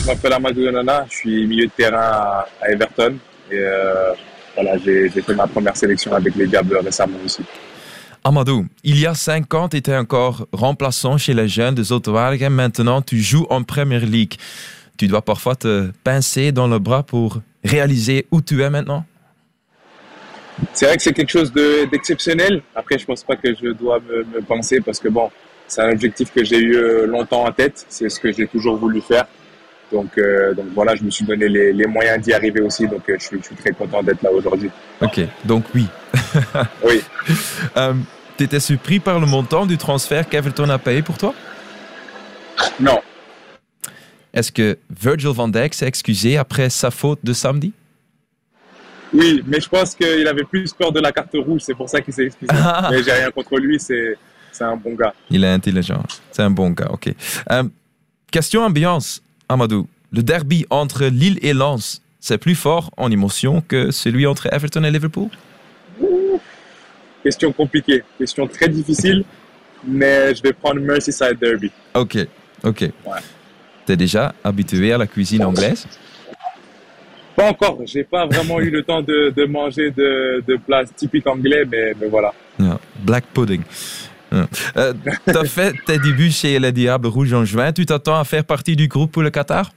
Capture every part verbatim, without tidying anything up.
je m'appelle Amadou Onana, je suis milieu de terrain à, à Everton. Et euh, voilà, j'ai, j'ai fait ma première sélection avec les Diables récemment aussi. Amadou, il y a cinq ans, tu étais encore remplaçant chez les jeunes de Zoeterwoude. Maintenant, tu joues en Premier League. Tu dois parfois te pincer dans le bras pour réaliser où tu es maintenant? C'est vrai que c'est quelque chose de, d'exceptionnel. Après, je pense pas que je dois me, me pincer parce que bon, c'est un objectif que j'ai eu longtemps en tête. C'est ce que j'ai toujours voulu faire. Donc, euh, donc voilà, je me suis donné les, les moyens d'y arriver aussi. Donc, euh, je, suis, je suis très content d'être là aujourd'hui. Ok, donc oui. Oui. euh, tu étais surpris par le montant du transfert qu'Everton a payé pour toi? Non. Est-ce que Virgil van Dijk s'est excusé après sa faute de samedi? Oui, mais je pense qu'il avait plus peur de la carte rouge. C'est pour ça qu'il s'est excusé. Ah. Mais j'ai rien contre lui. C'est, c'est un bon gars. Il est intelligent. C'est un bon gars, ok. Euh, question ambiance, Amadou. Le derby entre Lille et Lens, c'est plus fort en émotion que celui entre Everton et Liverpool? Ouh. Question compliquée. Question très difficile. Mais je vais prendre Merseyside Derby. Ok, ok. Ouais. T'es déjà habitué à la cuisine anglaise? Pas encore. J'ai pas vraiment eu le temps de, de manger de, de plats typiques anglais, mais, mais voilà. Yeah. Black pudding. Yeah. Euh, tu as fait tes débuts chez les Diables Rouges en juin. Tu t'attends à faire partie du groupe pour le Qatar?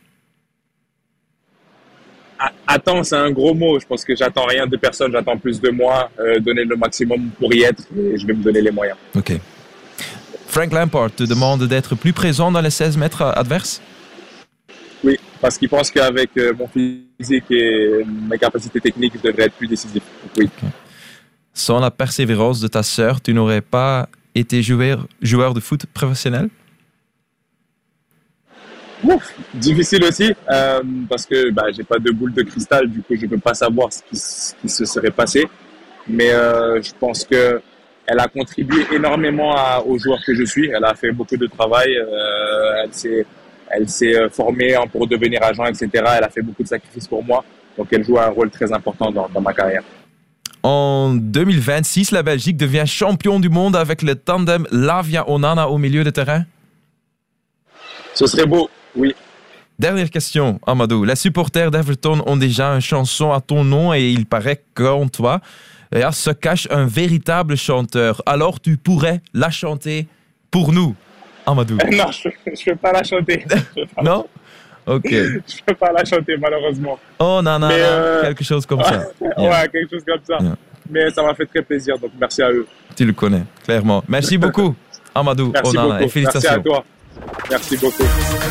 Attends, c'est un gros mot. Je pense que j'attends rien de personne. J'attends plus de moi. Euh, donner le maximum pour y être. Et je vais me donner les moyens. Ok. Frank Lampard te demande d'être plus présent dans les seize mètres adverses? Oui, parce qu'il pense qu'avec euh, mon physique et mes capacités techniques, je devrais être plus décisif. Oui. Okay. Sans la persévérance de ta sœur, tu n'aurais pas été joueur, joueur de foot professionnel? Ouf, difficile aussi, euh, parce que bah, j'ai pas de boule de cristal, du coup je peux pas savoir ce qui, ce qui se serait passé. Mais euh, je pense que elle a contribué énormément à, aux joueurs que je suis. Elle a fait beaucoup de travail. Euh, elle s'est Elle s'est formée pour devenir agent, et cetera. Elle a fait beaucoup de sacrifices pour moi. Donc, elle joue un rôle très important dans, dans ma carrière. En deux mille vingt-six, la Belgique devient champion du monde avec le tandem Lavia-Onana au milieu de terrain? Ce serait beau, oui. Dernière question, Amadou. Les supporters d'Everton ont déjà une chanson à ton nom et il paraît qu'en toi là, se cache un véritable chanteur. Alors, tu pourrais la chanter pour nous, Amadou? Non, je ne peux pas la chanter. Pas non? Ok. Je ne peux pas la chanter, malheureusement. Oh, non, non, euh... quelque chose comme ça. ouais, yeah. quelque chose comme ça. Yeah. Mais ça m'a fait très plaisir, donc merci à eux. Tu le connais, clairement. Merci beaucoup, Amadou merci Onana. Beaucoup. Et félicitations. Merci à toi. Merci beaucoup.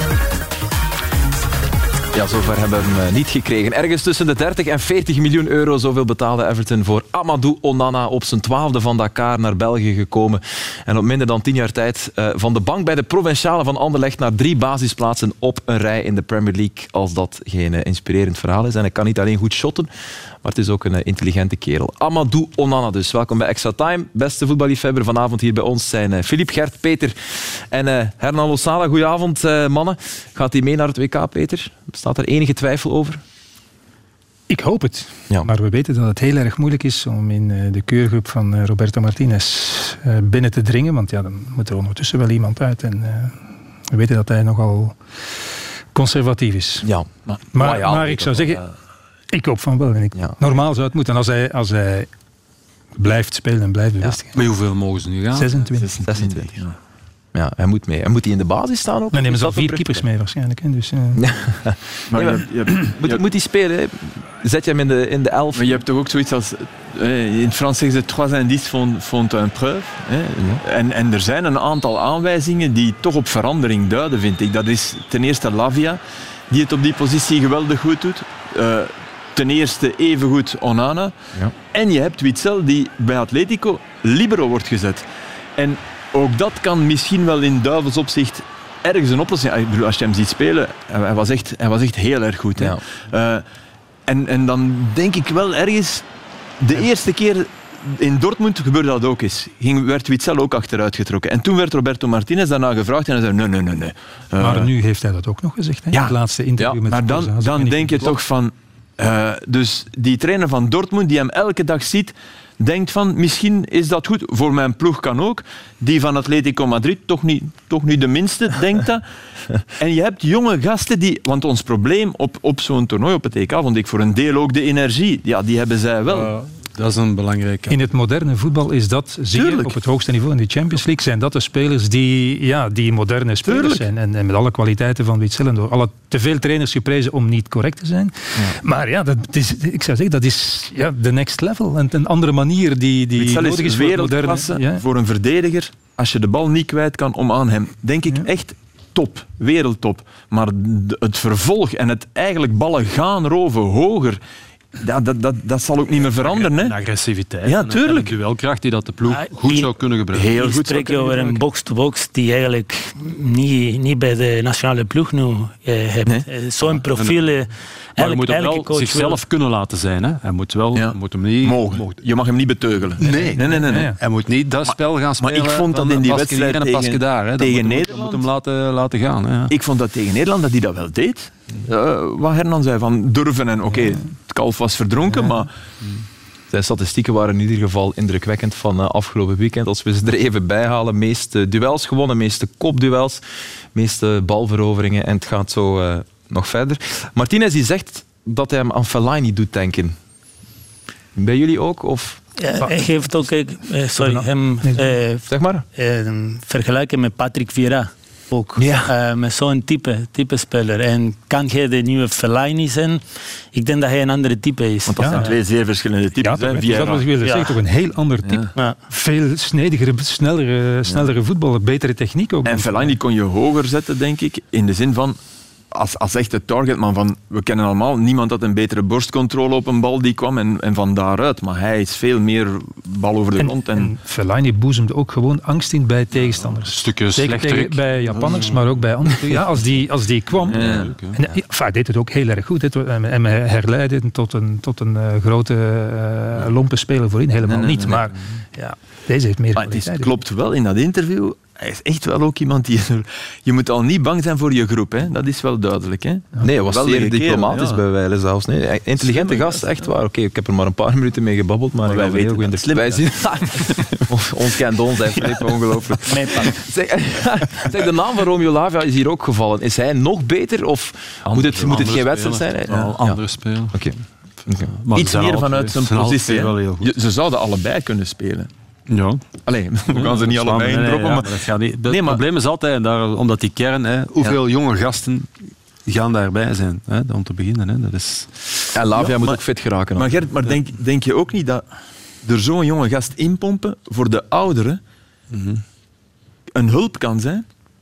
Ja, zover hebben we hem niet gekregen. Ergens tussen de dertig en veertig miljoen euro, zoveel betaalde Everton voor Amadou Onana. Op zijn twaalfde van Dakar naar België gekomen. En op minder dan tien jaar tijd uh, van de bank bij de Provinciale van Anderlecht naar drie basisplaatsen op een rij in de Premier League. Als dat geen uh, inspirerend verhaal is. En hij kan niet alleen goed shotten, maar het is ook een uh, intelligente kerel. Amadou Onana dus. Welkom bij Extra Time. Beste voetballiefhebber vanavond hier bij ons zijn uh, Philippe, Gert, Peter en uh, Hernan Losada. Goedenavond, uh, mannen. Gaat hij mee naar het W K, Peter? Bestaat er enige twijfel over? Ik hoop het. Ja. Maar we weten dat het heel erg moeilijk is om in uh, de keurgroep van uh, Roberto Martinez uh, binnen te dringen. Want ja, dan moet er ondertussen wel iemand uit. En uh, we weten dat hij nogal conservatief is. Ja, maar, maar, maar, ja, maar ik zou zeggen, uh... ik hoop van wel. En ik, ja. Normaal zou het moeten. Als hij, als hij blijft spelen en blijft bevestigen. Ja. Maar hoeveel mogen ze nu gaan? zesentwintig. zesentwintig, ja. Ja, hij moet mee. En moet hij in de basis staan ook? Dan nemen ze al vier keepers mee waarschijnlijk. Hè? Dus, uh... ja. maar ja, je, je, je, moet, je, moet hij spelen? Zet je hem in de, in de elf? Maar je hebt toch ook zoiets als... In het Frans zeggen ze trois indices font, font un preuve. Hè? Ja. En, en er zijn een aantal aanwijzingen die toch op verandering duiden, vind ik. Dat is ten eerste Lavia, die het op die positie geweldig goed doet. Uh, ten eerste evengoed Onana. Ja. En je hebt Witsel, die bij Atletico libero wordt gezet. En ook dat kan misschien wel in duivels opzicht ergens een oplossing. Ik bedoel, als je hem ziet spelen, hij was echt, hij was echt heel erg goed. Hè? Ja. Uh, en, en dan denk ik wel ergens... De eerste keer in Dortmund gebeurde dat ook eens. Ging, werd Witsel ook achteruit getrokken. En toen werd Roberto Martinez daarna gevraagd en hij zei nee, nee, nee, nee. Uh, maar nu heeft hij dat ook nog gezegd. Hè? Ja, het laatste interview ja, met maar dan, dan denk je toch van... Uh, dus die trainer van Dortmund, die hem elke dag ziet, denkt van, misschien is dat goed. Voor mijn ploeg kan ook. Die van Atletico Madrid, toch niet, toch niet de minste, denkt dat. En je hebt jonge gasten die... Want ons probleem op, op zo'n toernooi, op het E K, vond ik voor een deel ook de energie. Ja, die hebben zij wel. Uh, dat is een belangrijke. In het moderne voetbal is dat zeer op het hoogste niveau. In de Champions League zijn dat de spelers die, ja, die moderne spelers Tuurlijk. zijn. En, en met alle kwaliteiten van Witsel en door alle te veel trainers geprezen om niet correct te zijn. Ja. Maar ja, dat is, ik zou zeggen, dat is ja, de next level. En een andere manier die, die Witsel nodig is voor wereldklasse moderne... Ja. Voor een verdediger, als je de bal niet kwijt kan om aan hem. Denk ik ja. echt... top, wereldtop. Maar het vervolg en het eigenlijk ballen gaan roven hoger, dat, dat, dat, dat zal ook niet meer veranderen. Hè? Agressiviteit. Ja, tuurlijk. En de duelkracht die dat de ploeg ah, goed die, zou kunnen gebruiken. Heel goed. Spreek je over een box-to-box die eigenlijk niet, niet bij de nationale ploeg nu eh, hebt. Nee. Zo'n profiel... Eh, maar hij moet wel zichzelf wil... kunnen laten zijn. Hè? Hij moet wel... Ja. Moet hem niet... Mogen. Mogen. Je mag hem niet beteugelen. Nee. Nee, nee, nee, nee. nee. Hij moet niet dat maar, spel gaan spelen. Maar ik vond dat in die wedstrijd tegen, tegen, daar, hè? tegen moet, Nederland... moet hem laten, laten gaan. Hè? Ik vond dat tegen Nederland dat hij dat wel deed. Uh, wat Hernan zei, van durven en oké, okay, het kalf was verdronken, ja. maar... Zijn statistieken waren in ieder geval indrukwekkend van uh, afgelopen weekend. Als we ze er even bij halen, meeste duels gewonnen, meeste kopduels, meeste balveroveringen en het gaat zo uh, nog verder. Martinez die zegt dat hij hem aan Fellaini doet denken. Bij jullie ook? Of... Ja, hij geeft ook, uh, sorry, hem uh, zeg maar. Uh, vergelijken met Patrick Vieira. Ook ja. uh, met zo'n type, type speler. En kan hij de nieuwe Fellaini zijn? Ik denk dat hij een andere type is. Want dat ja. zijn twee zeer verschillende types. Ja, hè, dat was ik wilde ja. zeggen, toch een heel ander type. Ja. Veel snedigere, snellere, snellere ja. voetballer, betere techniek ook. En Fellaini kon je hoger zetten, denk ik, in de zin van als, als echte targetman van, we kennen allemaal, niemand had een betere borstcontrole op een bal die kwam en, en van daaruit. Maar hij is veel meer bal over de grond. En, en... en Fellaini boezemde ook gewoon angst in bij tegenstanders. Een stukje slechter bij Japanners, maar ook bij anderen. Ja, als die, als die kwam. Ja, ja. En, ja, enfin, hij deed het ook heel erg goed. He, en hij herleidde tot een, tot een uh, grote uh, lompe speler voorin. Helemaal nee, nee, nee, niet. Maar ja, deze heeft meer kwaliteit. Het is, klopt wel in dat interview. Hij is echt wel ook iemand die... Je moet al niet bang zijn voor je groep, hè. Dat is wel duidelijk. Hè. Nee, hij was wel zeer diplomatisch ja. bij wijle zelfs. Nee. Intelligente Slimme gast, echt waar. Oké, okay, ik heb er maar een paar minuten mee gebabbeld, maar, maar wij weten heel goed in de wij zien. Ons kent ons, hij heeft ongelooflijk. Zeg, zeg, de naam van Romeo Lavia is hier ook gevallen. Is hij nog beter of moet het, moet het geen wedstrijd zijn? Ja, andere ja. spelen. Oké. Okay. Okay. Iets meer vanuit zijn positie. Je, ze zouden allebei kunnen spelen. Ja. Allee, we gaan ze niet allebei nee, indroppen. Nee, maar... maar dat gaat niet. Het nee, maar... probleem is altijd, daar, omdat die kern, hè, hoeveel ja. jonge gasten gaan daarbij zijn, hè, om te beginnen. Hè. Dat is... Ja, Lavia ja, moet maar, ook fit geraken. Maar Gert, maar ja. denk, denk je ook niet dat er zo'n jonge gast inpompen voor de ouderen mm-hmm. een hulp kan zijn?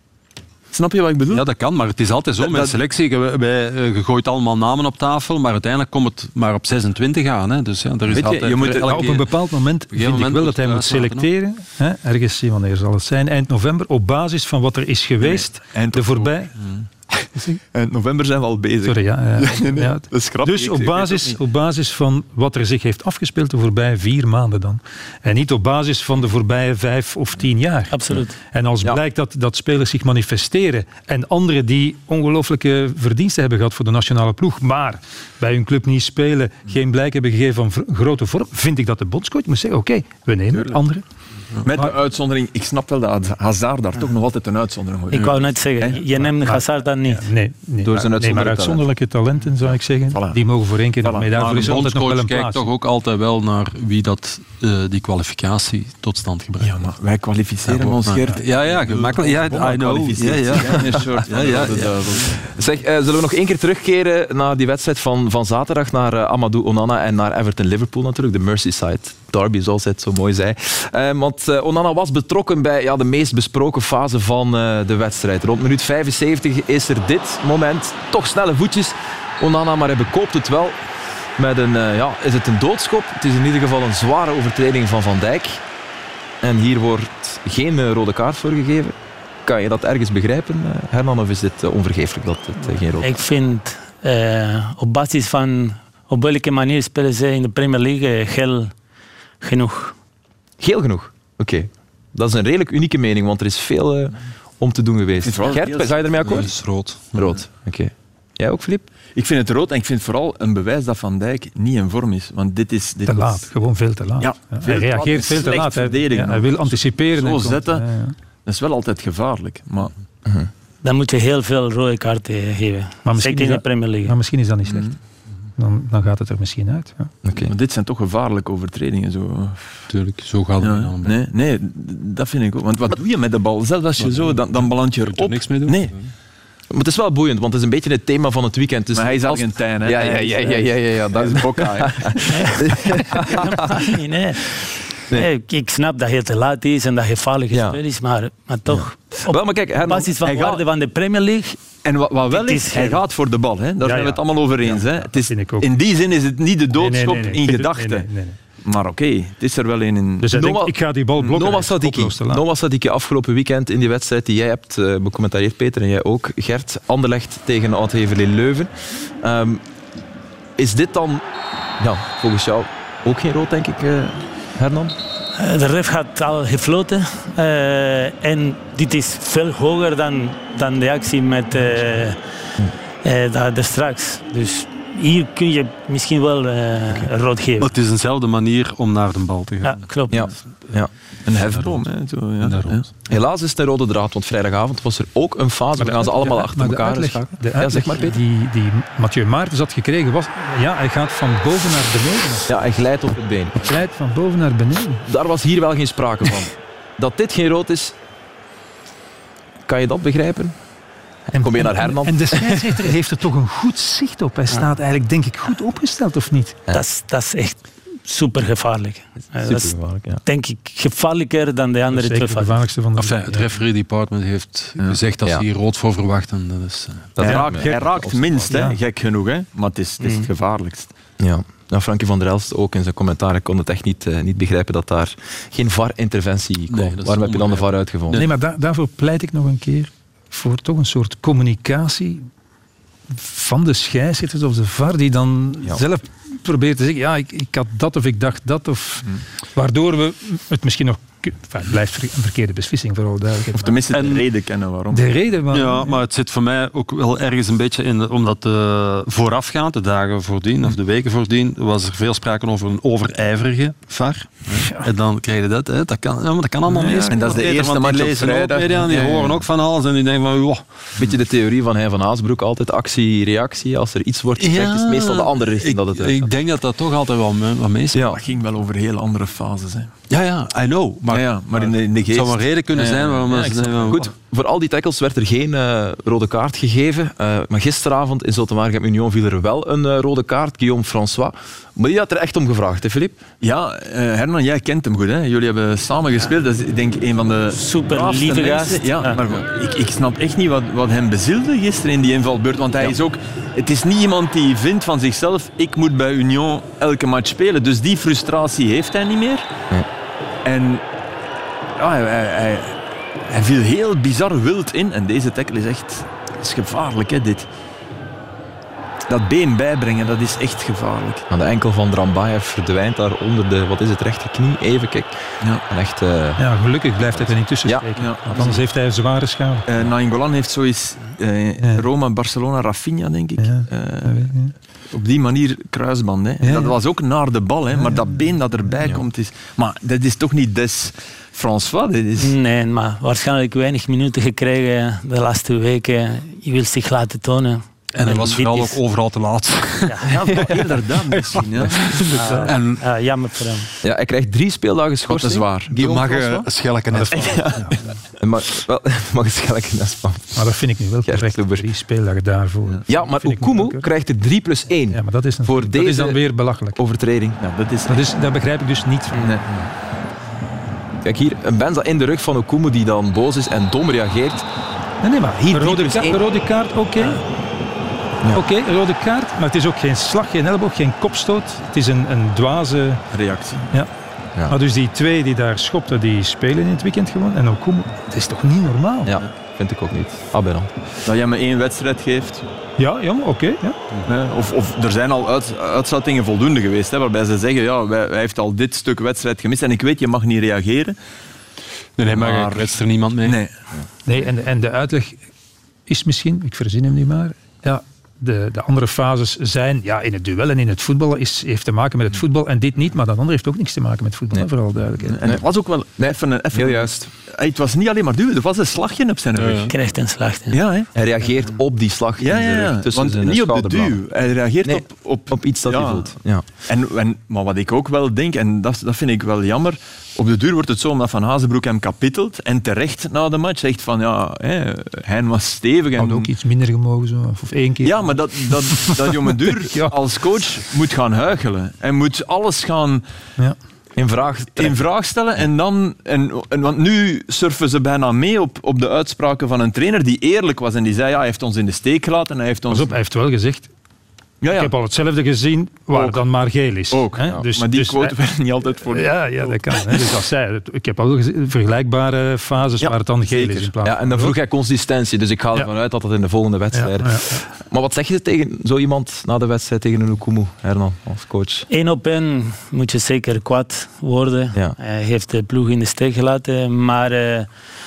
Snap je wat ik bedoel? Ja, dat kan, maar het is altijd zo dat, met dat... selectie. Je, wij, je gooit allemaal namen op tafel, maar uiteindelijk komt het maar op zesentwintig aan. Hè. Dus ja, er is Weet altijd... Je, je moet, ja, op een bepaald moment vind moment ik wel dat hij moet selecteren. Hè, ergens, wanneer zal het zijn? Eind november, op basis van wat er is geweest. Nee, de voorbij... Hmm. Eind november zijn we al bezig. Sorry, ja. ja, nee, nee, ja. Dat is grappig. Dus op basis, op basis van wat er zich heeft afgespeeld de voorbije vier maanden dan. En niet op basis van de voorbije vijf of tien jaar. Absoluut. En als ja. blijkt dat, dat spelers zich manifesteren en anderen die ongelooflijke verdiensten hebben gehad voor de nationale ploeg, maar bij hun club niet spelen, geen blijk hebben gegeven van grote vorm, vind ik dat de bondscoach moet zeggen, oké, okay, we nemen Tuurlijk. anderen. Met de uitzondering, ik snap wel dat Hazard daar toch nog altijd een uitzondering moet. Ik wou net zeggen, je neemt Hazard dan niet. Ja, nee, nee, Door zijn nee, maar uitzonderlijke talenten zou ik zeggen, voilà. die mogen voor één keer nog mee. Daarvoor is altijd nog wel een plaats. Kijkt toch ook altijd wel naar wie dat, uh, die kwalificatie tot stand gebruikt. Ja, maar wij kwalificeren ja, ons, Gert. Ja, ja, gemakkelijk. Ja, I know. Ja, ja. ja, ja, ja. Zeg, uh, zullen we nog één keer terugkeren naar die wedstrijd van, van zaterdag, naar uh, Amadou Onana en naar Everton-Liverpool natuurlijk, de Merseyside derby, zoals hij het zo mooi zei. Uh, want uh, Onana was betrokken bij ja, de meest besproken fase van uh, de wedstrijd. Rond minuut vijfenzeventig is er dit moment. Toch snelle voetjes, Onana, maar hij bekoopt het wel met een, uh, ja, is het een doodschop? Het is in ieder geval een zware overtreding van Van Dijk. En hier wordt geen uh, rode kaart voor gegeven. Kan je dat ergens begrijpen, uh, Hernan, of is dit uh, onvergeeflijk dat het uh, geen rode Ik vind, uh, op basis van op welke manier spelen ze in de Premier League uh, geel genoeg. Geel genoeg? Oké. Okay. Dat is een redelijk unieke mening, want er is veel uh, om te doen geweest. Gert, ga je ermee akkoord? Dat is rood. Rood, oké. Okay. Jij ook, Filip? Ik vind het rood en ik vind vooral een bewijs dat Van Dijk niet in vorm is. Want dit is... Dit te laat, is... gewoon veel te laat. Ja, Ja, veel hij reageert veel te laat. Hij, ja, hij wil anticiperen. Zo en komt, zetten, ja, ja. dat is wel altijd gevaarlijk. Maar... Uh-huh. Dan moet je heel veel rode kaarten geven. Maar Zeker in de dat, Premier League. maar misschien is dat niet slecht. Mm. Dan, dan gaat het er misschien uit. Ja. Okay. Maar dit zijn toch gevaarlijke overtredingen. Zo. Tuurlijk, zo gaat het ja, niet. Nee, nee, dat vind ik ook. Want wat doe je met de bal? Zelfs als je zo, dan, dan beland je erop. Je er niks mee doen. Nee. Maar het is wel boeiend, want het is een beetje het thema van het weekend. Dus maar hij is als... Argentijn, hè? Ja, ja, ja, ja, ja, ja, ja. Dat is Boca. nee, nee. Nee, ik snap dat hij te laat is en dat hij gevaarlijk Ja. spel is, maar, maar toch. Op wel, maar kijk, op basis van hij waarde gaat- van de Premier League. En wat, wat wel Dit is, is hij heel- gaat voor de bal. Hè? Daar zijn we ja. het allemaal over eens. Ja, hè? dat Het is, vind ik ook. in die zin is het niet de doodschop Nee, nee, nee, nee. in Ik- gedachten. nee, nee, nee, nee. Maar oké, okay, het is er wel een in. Dus hij Noah- denkt, ik ga die bal blokken. Noah Sadiki, Koploos te laat. Noah Sadiki afgelopen weekend in die wedstrijd die jij hebt uh, becommentarieerd, Peter, en jij ook, Gert. Anderlecht tegen Oud-Heverlee Leuven. Um, is dit dan, ja, volgens jou ook geen rood, denk ik, uh, Hernan? Uh, de ref had al gefloten. Uh, en dit is veel hoger dan, dan de actie met uh, uh, de, de straks. Dus hier kun je misschien wel uh, rood geven. Maar het is eenzelfde manier om naar de bal te gaan. Ja, klopt. Ja. Ja. Een hefboom. Hè, zo, ja. Ja. Helaas is het een rode draad, want vrijdagavond was er ook een fase. We gaan ze allemaal de, achter elkaar uitleg, schakelen. de Ja, zeg maar, Peter. Die, die Mathieu Maartens had gekregen was... Ja, hij gaat van boven naar beneden. Ja, hij glijdt op het been. Hij glijdt van boven naar beneden. Daar was hier wel geen sprake van. Dat dit geen rood is, kan je dat begrijpen? En kom je naar Hernan? En de scheidsrechter heeft er toch een goed zicht op. Hij staat eigenlijk, denk ik, goed opgesteld, of niet? Ja. Dat, is, dat is echt super gevaarlijk. Super dat is, gevaarlijk, ja. Denk ik, gevaarlijker dan de andere Zeker twee de fases. gevaarlijkste van de... Enfin, het referee department heeft Ja. gezegd dat Ja. ze hier rood voor verwachten. Dat is, uh, Dat Hij, raakt raakt, me. hij raakt minst, hè? Ja. Gek genoeg. Hè? Maar het is, het, is het gevaarlijkst. Ja. Nou, Frankie van der Elst ook in zijn commentaar. Ik kon het echt niet, uh, niet begrijpen dat daar geen V A R-interventie kwam. Nee, dat is Waarom heb je dan de V A R uitgevonden? Nee, maar da- daarvoor pleit ik nog een keer voor toch een soort communicatie van de scheidsrechters of de V A R, die dan Ja. zelf probeert te zeggen, ja, ik, ik had dat of ik dacht dat, of waardoor we het misschien nog... Enfin, het blijft een verkeerde beslissing, voor alle duidelijkheid. Of tenminste de En- reden kennen waarom. De reden waarom... ja, maar het zit voor mij ook wel ergens een beetje in, omdat uh, voorafgaand, de dagen voordien of de weken voordien, was er veel sprake over een overijverige V A R. Ja. En dan krijg je dat, hè. Dat, kan, ja, maar dat kan allemaal Ja, mis. en dat is de eerste want match die op lezen ook vrijdag. media, die Ja, ja, ja. horen ook van alles en die denken van, wow. Beetje de theorie van Hein van Haasbroek, altijd actie-reactie. Als er iets wordt gezegd, is het meestal de andere richting ik, dat het ik denk dat dat toch altijd wel, wel meestal. Ja. Dat ging wel over heel andere fases. Hè. Ja, ja, I know. Maar, Maar, ja, maar in de, in de het geest... zou een reden kunnen Ja, zijn waarom ja, dat ik ze snap zeggen van, Goed, voor al die tackles werd er geen uh, rode kaart gegeven. Uh, maar gisteravond in Zoetewaregem Union viel er wel een uh, rode kaart. Guillaume François. Maar die had er echt om gevraagd, hè, Filip? Ja, uh, Hernan, jij kent hem goed. Hè? Jullie hebben samen gespeeld. Dat is ik denk een van de Super braafste lieve mensen. gast. Ja, Ja. maar ik, ik snap echt niet wat, wat hem bezielde gisteren in die invalbeurt. Want hij Ja. is ook... Het is niet iemand die vindt van zichzelf, ik moet bij Union elke match spelen. Dus die frustratie heeft hij niet meer. Nee. En ja, hij, hij, hij, hij viel heel bizar wild in. En deze tackle is echt is gevaarlijk, hè, dit. Dat been bijbrengen, dat is echt gevaarlijk. Aan de enkel van Drambaev verdwijnt daar onder de, wat is het, rechterknie? Even, kijk. Ja. En echt... Uh, Ja, gelukkig blijft hij er niet tussen Ja, steken. ja, Want anders heeft hij een zware schade. Uh, Nainggolan heeft zoiets uh, Ja. Roma, Barcelona, Rafinha, denk ik. Ja, Uh, dat weet ik, ja. op die manier kruisband. Hè. Ja, Dat ja. was ook naar de bal, hè. Maar dat been dat erbij Ja. komt is... Maar dat is toch niet des François? Dit is... Nee, maar waarschijnlijk weinig minuten gekregen de laatste weken. Je wil zich laten tonen. en hij was dit vooral is- ook overal te laat. Ja, ja, Inderdaad, misschien. Ja. ja, En ja, jammer voor hem. ja, hij krijgt drie speeldagen Wat te schorsing. zwaar. de Guillaume mag François. schelken en Maar, wel, mag het gelijk in dat Maar dat vind ik nu wel Gert correct. Loeber. Drie speeldagen daarvoor. Ja, maar Vind ik Okumu ook, hè. krijgt er drie plus één Ja, maar dat is, een, voor dat deze is dan weer belachelijk. overtreding. Ja, dat is... Dat, is, dat begrijp ik dus niet. Van. Nee. Kijk hier, een Benza in de rug van Okumu die dan boos is en dom reageert. Nee, nee, maar Hier, een drie rode, plus ka- één. een rode kaart, oké. Ja. Oké, een rode kaart, maar het is ook geen slag, geen elleboog, geen kopstoot. Het is een, een dwaze... Reactie. Ja. Ja. Maar dus die twee die daar schopten, die spelen in het weekend gewoon. En Okumu, dat is toch niet normaal? Ja, vind ik ook niet. Aberrant. Dat jij me één wedstrijd geeft. Ja, ja, maar oké. ja. Hè. Of, of er zijn al uit, uitzettingen voldoende geweest, hè, waarbij ze zeggen, ja, wij, hij heeft al dit stuk wedstrijd gemist. En ik weet, je mag niet reageren. Nee, nee, maar, Maar- maar kwetst er niemand mee. Nee. Nee, en, en de uitleg is misschien, ik verzin hem nu maar, ja, de, de andere fases zijn, ja, in het duel en in het voetbal, is, heeft te maken met het voetbal en dit niet, maar dat andere heeft ook niks te maken met voetbal, nee. Vooral duidelijk. En het was ook wel nee. even een... Even, heel juist. Het was niet alleen maar duwen, er was een slagje op zijn rug. Je krijgt een slag. Ja. Ja, hè? Hij reageert op die slag ja, ja, ja. tussen Want zijn niet op de schouderbladen. duw. Hij reageert nee, op, op... op iets dat ja. hij voelt. Ja. En, en, maar wat ik ook wel denk, en dat, dat vind ik wel jammer, op de duur wordt het zo omdat Van Hazenbroek hem kapitelt en terecht na de match zegt van ja, hè, Hein was stevig. En had ook iets minder gemogen, zo, of één keer. Ja, maar dat, dat, dat je om een duur ja. als coach moet gaan huichelen. En moet alles gaan... Ja. In vraag, in vraag stellen en dan... En, en, want nu surfen ze bijna mee op, op de uitspraken van een trainer die eerlijk was en die zei, ja, hij heeft ons in de steek gelaten en hij heeft ons... Pas op, hij heeft wel gezegd, ja, ja. ik heb al hetzelfde gezien waar ook. Dan maar geel is. Ook, hè? ja. Dus, maar die dus, quote werd niet altijd voor... Ja, ja, dat kan. Hè? Dus als zij, ik heb al gezien, vergelijkbare fases ja, waar het dan geel zeker. is in plaats ja, en dan vroeg hij consistentie, dus ik ga ervan ja. uit dat dat in de volgende wedstrijd... Ja, ja, ja. Maar wat zeg je tegen zo iemand na de wedstrijd tegen een Nkumu, Hernan, als coach? Eén op één moet je zeker kwaad worden. Ja. Hij heeft de ploeg in de steek gelaten, maar uh,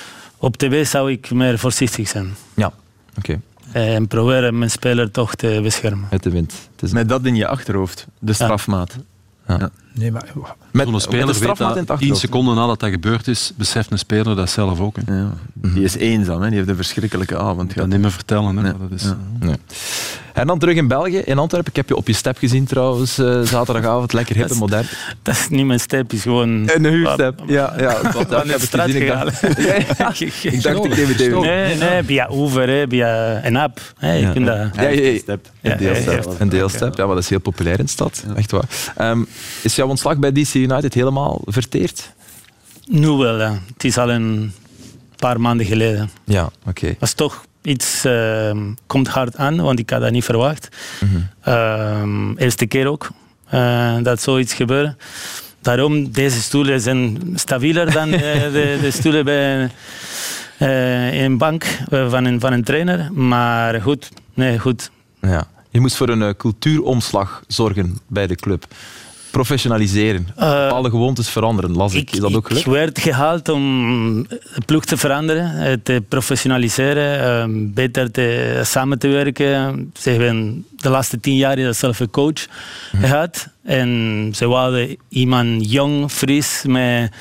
op tv zou ik meer voorzichtig zijn. Ja, oké. Okay. En proberen mijn speler toch te beschermen. Uit de wind. Het is... Met dat in je achterhoofd, de strafmaat. Ja. Ja. Nee, maar... Met Zo'n speler met strafmaat in het tien seconden nadat dat gebeurd is, beseft een speler dat zelf ook. Hè. Ja. Die is eenzaam, hè. Die heeft een verschrikkelijke avond. Ik kan niet meer vertellen. Hè, nee. dat is. Ja. Nee. En dan terug in België, in Antwerpen. Ik heb je op je step gezien trouwens, uh, zaterdagavond. Lekker hip en modern. Dat is niet mijn step, is gewoon... Een huurstep, ja. ja dat heb ik straat gegaan. Ja, ja. Ik dacht, ik neem het even. Nee, nee, via Uber, hè, via een app. Hè, je ja. kunt dat... Ja, ja, ja. Step. Een deelstep, ja, een deelstep. Ja, maar dat is heel populair in de stad. Ja. Echt waar. Um, is jouw ontslag bij D C United helemaal verteerd? Nu wel, ja. Het is al een paar maanden geleden. Ja, oké. Okay. Was toch iets... Uh, komt hard aan, want ik had dat niet verwacht. Mm-hmm. uh, eerste keer ook uh, dat zoiets gebeurde. Daarom, deze stoelen zijn stabieler dan uh, de, de stoelen bij uh, een bank uh, van, een, van een trainer. Maar goed, nee, goed. Ja. Je moest voor een uh, cultuuromslag zorgen bij de club. Professionaliseren. Uh, Bepaalde gewoontes veranderen, las ik. ik. Is dat ook gelukt? Ik werd gehaald om de ploeg te veranderen, te professionaliseren, uh, beter te, samen te werken. Ze hebben de laatste tien jaar dezelfde coach hmm. gehad. En ze wilden iemand jong, fris, met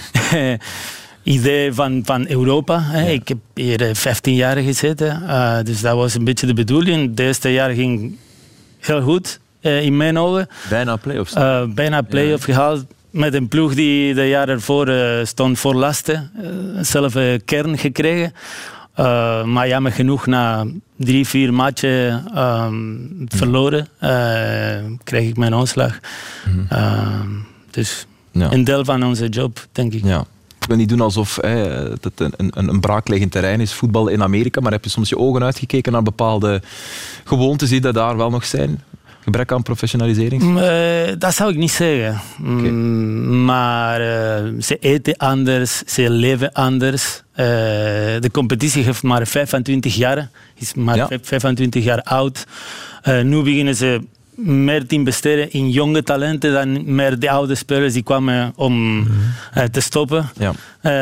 idee van, van Europa. Ja. Ik heb hier vijftien jaar gezeten, uh, dus dat was een beetje de bedoeling. De eerste jaar ging heel goed. Uh, in mijn ogen. Bijna play-offs. Uh, bijna play-off ja. gehaald. Met een ploeg die de jaar ervoor uh, stond voor lasten. Uh, zelf een kern gekregen. Uh, maar jammer genoeg, na drie, vier matchen um, verloren, uh, kreeg ik mijn ontslag. Mm-hmm. Uh, dus ja. een deel van onze job, denk ik. Ja. Ik wil niet doen alsof hè, het een, een, een braakliggend terrein is, voetbal in Amerika, maar heb je soms je ogen uitgekeken naar bepaalde gewoontes die er daar wel nog zijn? Gebrek aan professionalisering? Uh, dat zou ik niet zeggen. Okay. Mm, maar uh, ze eten anders, ze leven anders. Uh, de competitie heeft maar vijfentwintig jaar, is maar ja. vijfentwintig jaar oud. Uh, nu beginnen ze meer te investeren in jonge talenten dan meer de oude spelers die kwamen om mm-hmm. uh, te stoppen. Ja.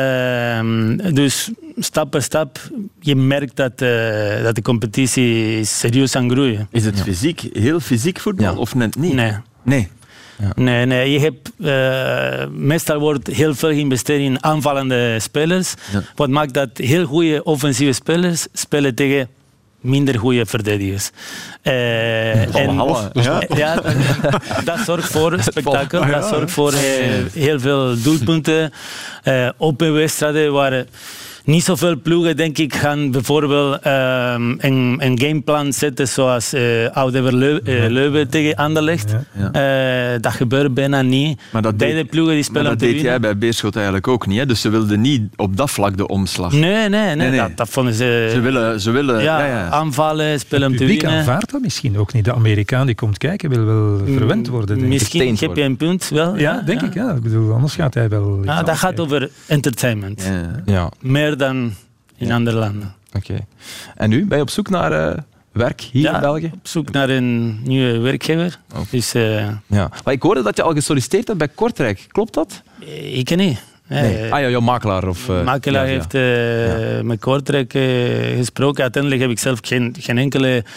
Uh, dus stap per stap, je merkt dat, uh, dat de competitie serieus aan groeien. Is het ja. fysiek, heel fysiek voetbal ja. of net niet? Nee. Nee. Ja. Nee, nee, je hebt, uh, meestal wordt heel veel geïnvesteerd in aanvallende spelers. Ja. Wat maakt dat heel goede offensieve spelers spelen tegen minder goede verdedigers. Uh, en, Halle, ja. ja, dat, dat zorgt voor spektakel, dat zorgt voor uh, heel veel doelpunten. Uh, open wedstrijden waar niet zoveel ploegen, denk ik, gaan bijvoorbeeld uh, een, een gameplan zetten zoals uh, Oudewer Leu- uh, Leuven tegen Anderlecht. Ja. Ja. Uh, dat gebeurt bijna niet. Maar dat Beide deed, ploegen die spelen maar dat deed jij bij Beerschot eigenlijk ook niet. Hè? Dus ze wilden niet op dat vlak de omslag. Nee, nee, nee. nee, nee. Dat, dat vonden ze... Ze willen, ze willen ja, ja, ja. aanvallen, spelen om te winnen. Het publiek aanvaardt dat misschien ook niet. De Amerikaan die komt kijken wil wel verwend worden. Denk misschien ik. heb je een punt wel. Ja, ja denk ja. ik. Ja. Ik bedoel, anders gaat hij wel... Ja, dat gaat over entertainment. Ja. Ja. Meer dan... in ja. andere landen. Oké. Okay. En nu? Ben je op zoek naar uh, werk hier ja, in België? op zoek naar een nieuwe werkgever. Oh. Dus, uh, ja. Maar ik hoorde dat je al gesolliciteerd hebt bij Kortrijk. Klopt dat? Ik niet. Nee. Ah ja, jouw makelaar? Of, uh, makelaar ja, ja. heeft uh, ja. met Kortrijk uh, gesproken. Uiteindelijk heb ik zelf geen, geen enkele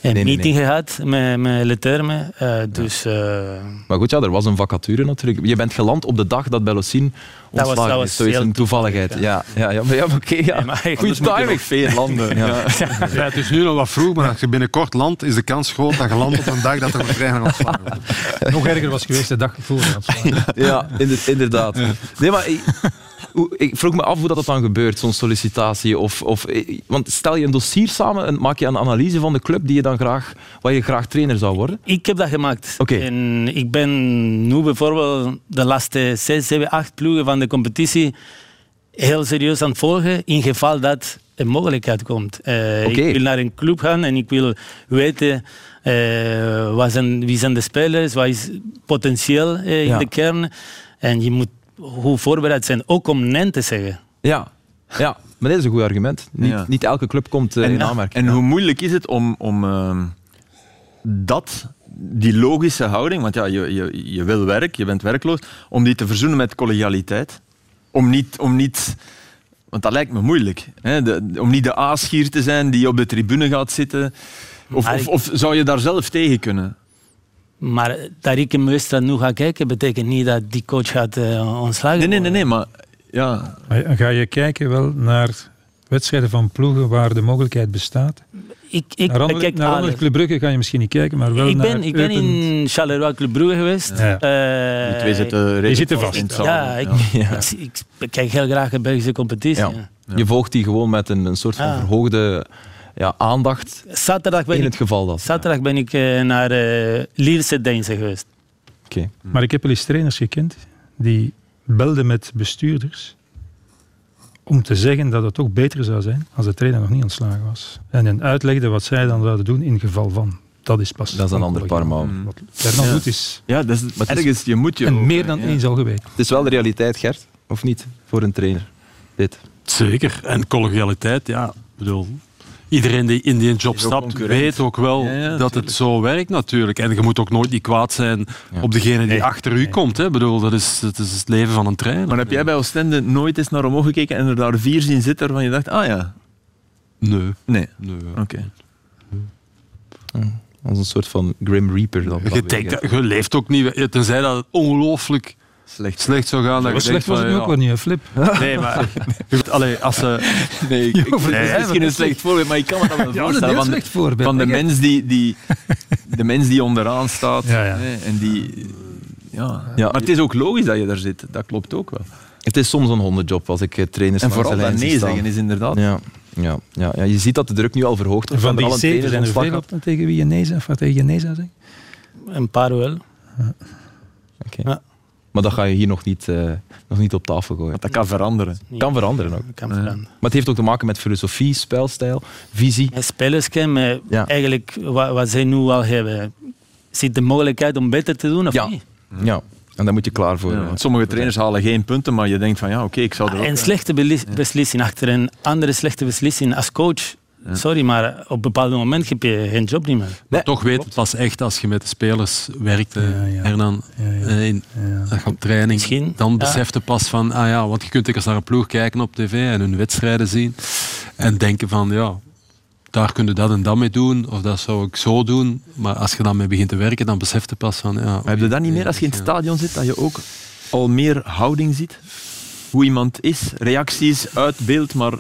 een nee, meeting nee. gehad met, met Leterme. Uh, dus, uh, maar goed, ja, er was een vacature natuurlijk. Je bent geland op de dag dat Bellosin ontslagen dat was, dat is. Zo is een toevalligheid. Ja, ja, ja, maar, ja, maar oké. Ja. Nee, goeie timing. Veel landen. Ja. Ja. Ja, het is nu nog wat vroeg, maar als je binnenkort landt, is de kans groot dat je landt op een dag dat er een trainer ontslagen wordt. Nog erger was geweest de dag voor. Ja, inderdaad. Nee, maar ik, ik vroeg me af hoe dat dan gebeurt, zo'n sollicitatie. Of, of, want stel je een dossier samen en maak je een analyse van de club die je dan graag, waar je graag trainer zou worden? Ik heb dat gemaakt. Okay. En ik ben nu bijvoorbeeld de laatste zes, zeven, acht ploegen van de competitie heel serieus aan het volgen, in geval dat een mogelijkheid komt. Uh, okay. Ik wil naar een club gaan en ik wil weten uh, wat zijn, wie zijn de spelers, wat is potentieel uh, in ja. de kern. En je moet goed voorbereid zijn, ook om nee te zeggen. Ja, ja. Maar dit is een goed argument. Niet, ja. niet elke club komt uh, en, in aanmerking. En hoe moeilijk is het om, om uh, dat, die logische houding, want ja, je, je, je wil werk, je bent werkloos, om die te verzoenen met collegialiteit? Om niet... Om niet Want dat lijkt me moeilijk. Hè? De, om niet de aasgier te zijn die op de tribune gaat zitten. Of, of, of zou je daar zelf tegen kunnen? Maar dat ik in Westland nu ga kijken, betekent niet dat die coach gaat uh, ontslagen Nee, nee, nee, nee, maar... Ja. Ga je kijken wel naar wedstrijden van ploegen waar de mogelijkheid bestaat? Ik, ik, naar andere, kijk naar andere Club Brugge ga je misschien niet kijken, maar wel ik ben, naar... Ik ben in Charleroi Club Brugge geweest. Ja. Uh, die twee zitten, die zitten vast. In het ja, ik, ja. Ik, ik, ik kijk heel graag de Belgische competitie. Ja. Ja. Je volgt die gewoon met een, een soort van ja. verhoogde ja, aandacht. Zaterdag ben in ik, het geval dat. Zaterdag ben ik uh, naar uh, Lierse Deinze geweest. Okay. Maar ik heb wel eens trainers gekend die belden met bestuurders om te zeggen dat het toch beter zou zijn als de trainer nog niet ontslagen was. En hen uitlegde wat zij dan zouden doen in geval van. Dat is pas... Dat is een ander paar mouwen. Wat Fernand ja. doet is... Ja, dat is, maar ergens, je moet je... En ook, meer dan ja. eens al geweten. Het is wel de realiteit, Gert, of niet? Voor een trainer. Dit. Zeker. En collegialiteit, ja, bedoel... Iedereen die in die job stapt, weet ook wel ja, ja, dat tuurlijk. Het zo werkt natuurlijk. En je moet ook nooit niet kwaad zijn ja. op degene die nee, achter u nee. komt. Hè. Bedoel, dat, is, dat is het leven van een trainer. Maar heb jij bij Oostende nooit eens naar omhoog gekeken en er daar vier zien zitten waarvan je dacht, ah ja? Nee. Nee? nee Oké. Okay. Nee. Als een soort van Grim Reaper. Dan je, denkt, je leeft ook niet... Tenzij dat het ongelooflijk... Slecht. Slecht zou gaan. Dat je slecht was het nu ook wel niet, een flip. Nee, maar... Allee, als ze... Nee, ik, ik, nee, het is misschien een slecht voorbeeld, maar ik kan me dat wel voorstellen. Ja, dat van, van de mens die, die, de mens die onderaan staat. Ja, ja. Hè, en die, ja. Ja. Maar het is ook logisch dat je daar zit. Dat klopt ook wel. Het is soms een hondenjob als ik trainers en vooral dat nee zeggen is inderdaad... Ja. Ja, ja, ja, je ziet dat de druk nu al verhoogd wordt. Van die zeven zijn er veel op tegen wie je nee zegt, of wat tegen je nee zou zeggen? Een paar wel. Ja. Okay. Ja. Maar dat ga je hier nog niet, uh, nog niet op tafel gooien. Want dat kan veranderen. Ja. Kan veranderen ook. Kan veranderen. Maar het heeft ook te maken met filosofie, spelstijl, visie. Met spelersken, met ja. eigenlijk wat, wat zij nu al hebben. Zit de mogelijkheid om beter te doen of ja. niet? Ja, en daar moet je klaar voor. Ja, want sommige trainers halen geen punten, maar je denkt van ja, oké, okay, ik zou er ook... Een slechte beslissing achter een andere slechte beslissing als coach. Ja. Sorry, maar op een bepaald moment heb je geen job niet meer. Maar nee, toch weet het pas echt als je met de spelers werkt, ja, ja. Hernan, ja, ja. in ja. op training. Misschien, dan ja. beseft je pas van, ah ja, want je kunt eens naar een ploeg kijken op tv en hun wedstrijden zien en denken van, ja, daar kun je dat en dat mee doen, of dat zou ik zo doen. Maar als je dan mee begint te werken, dan beseft je pas van, ja... Maar heb je dat niet meer als je in het stadion zit, dat je ook al meer houding ziet? Hoe iemand is, reacties uit beeld, maar...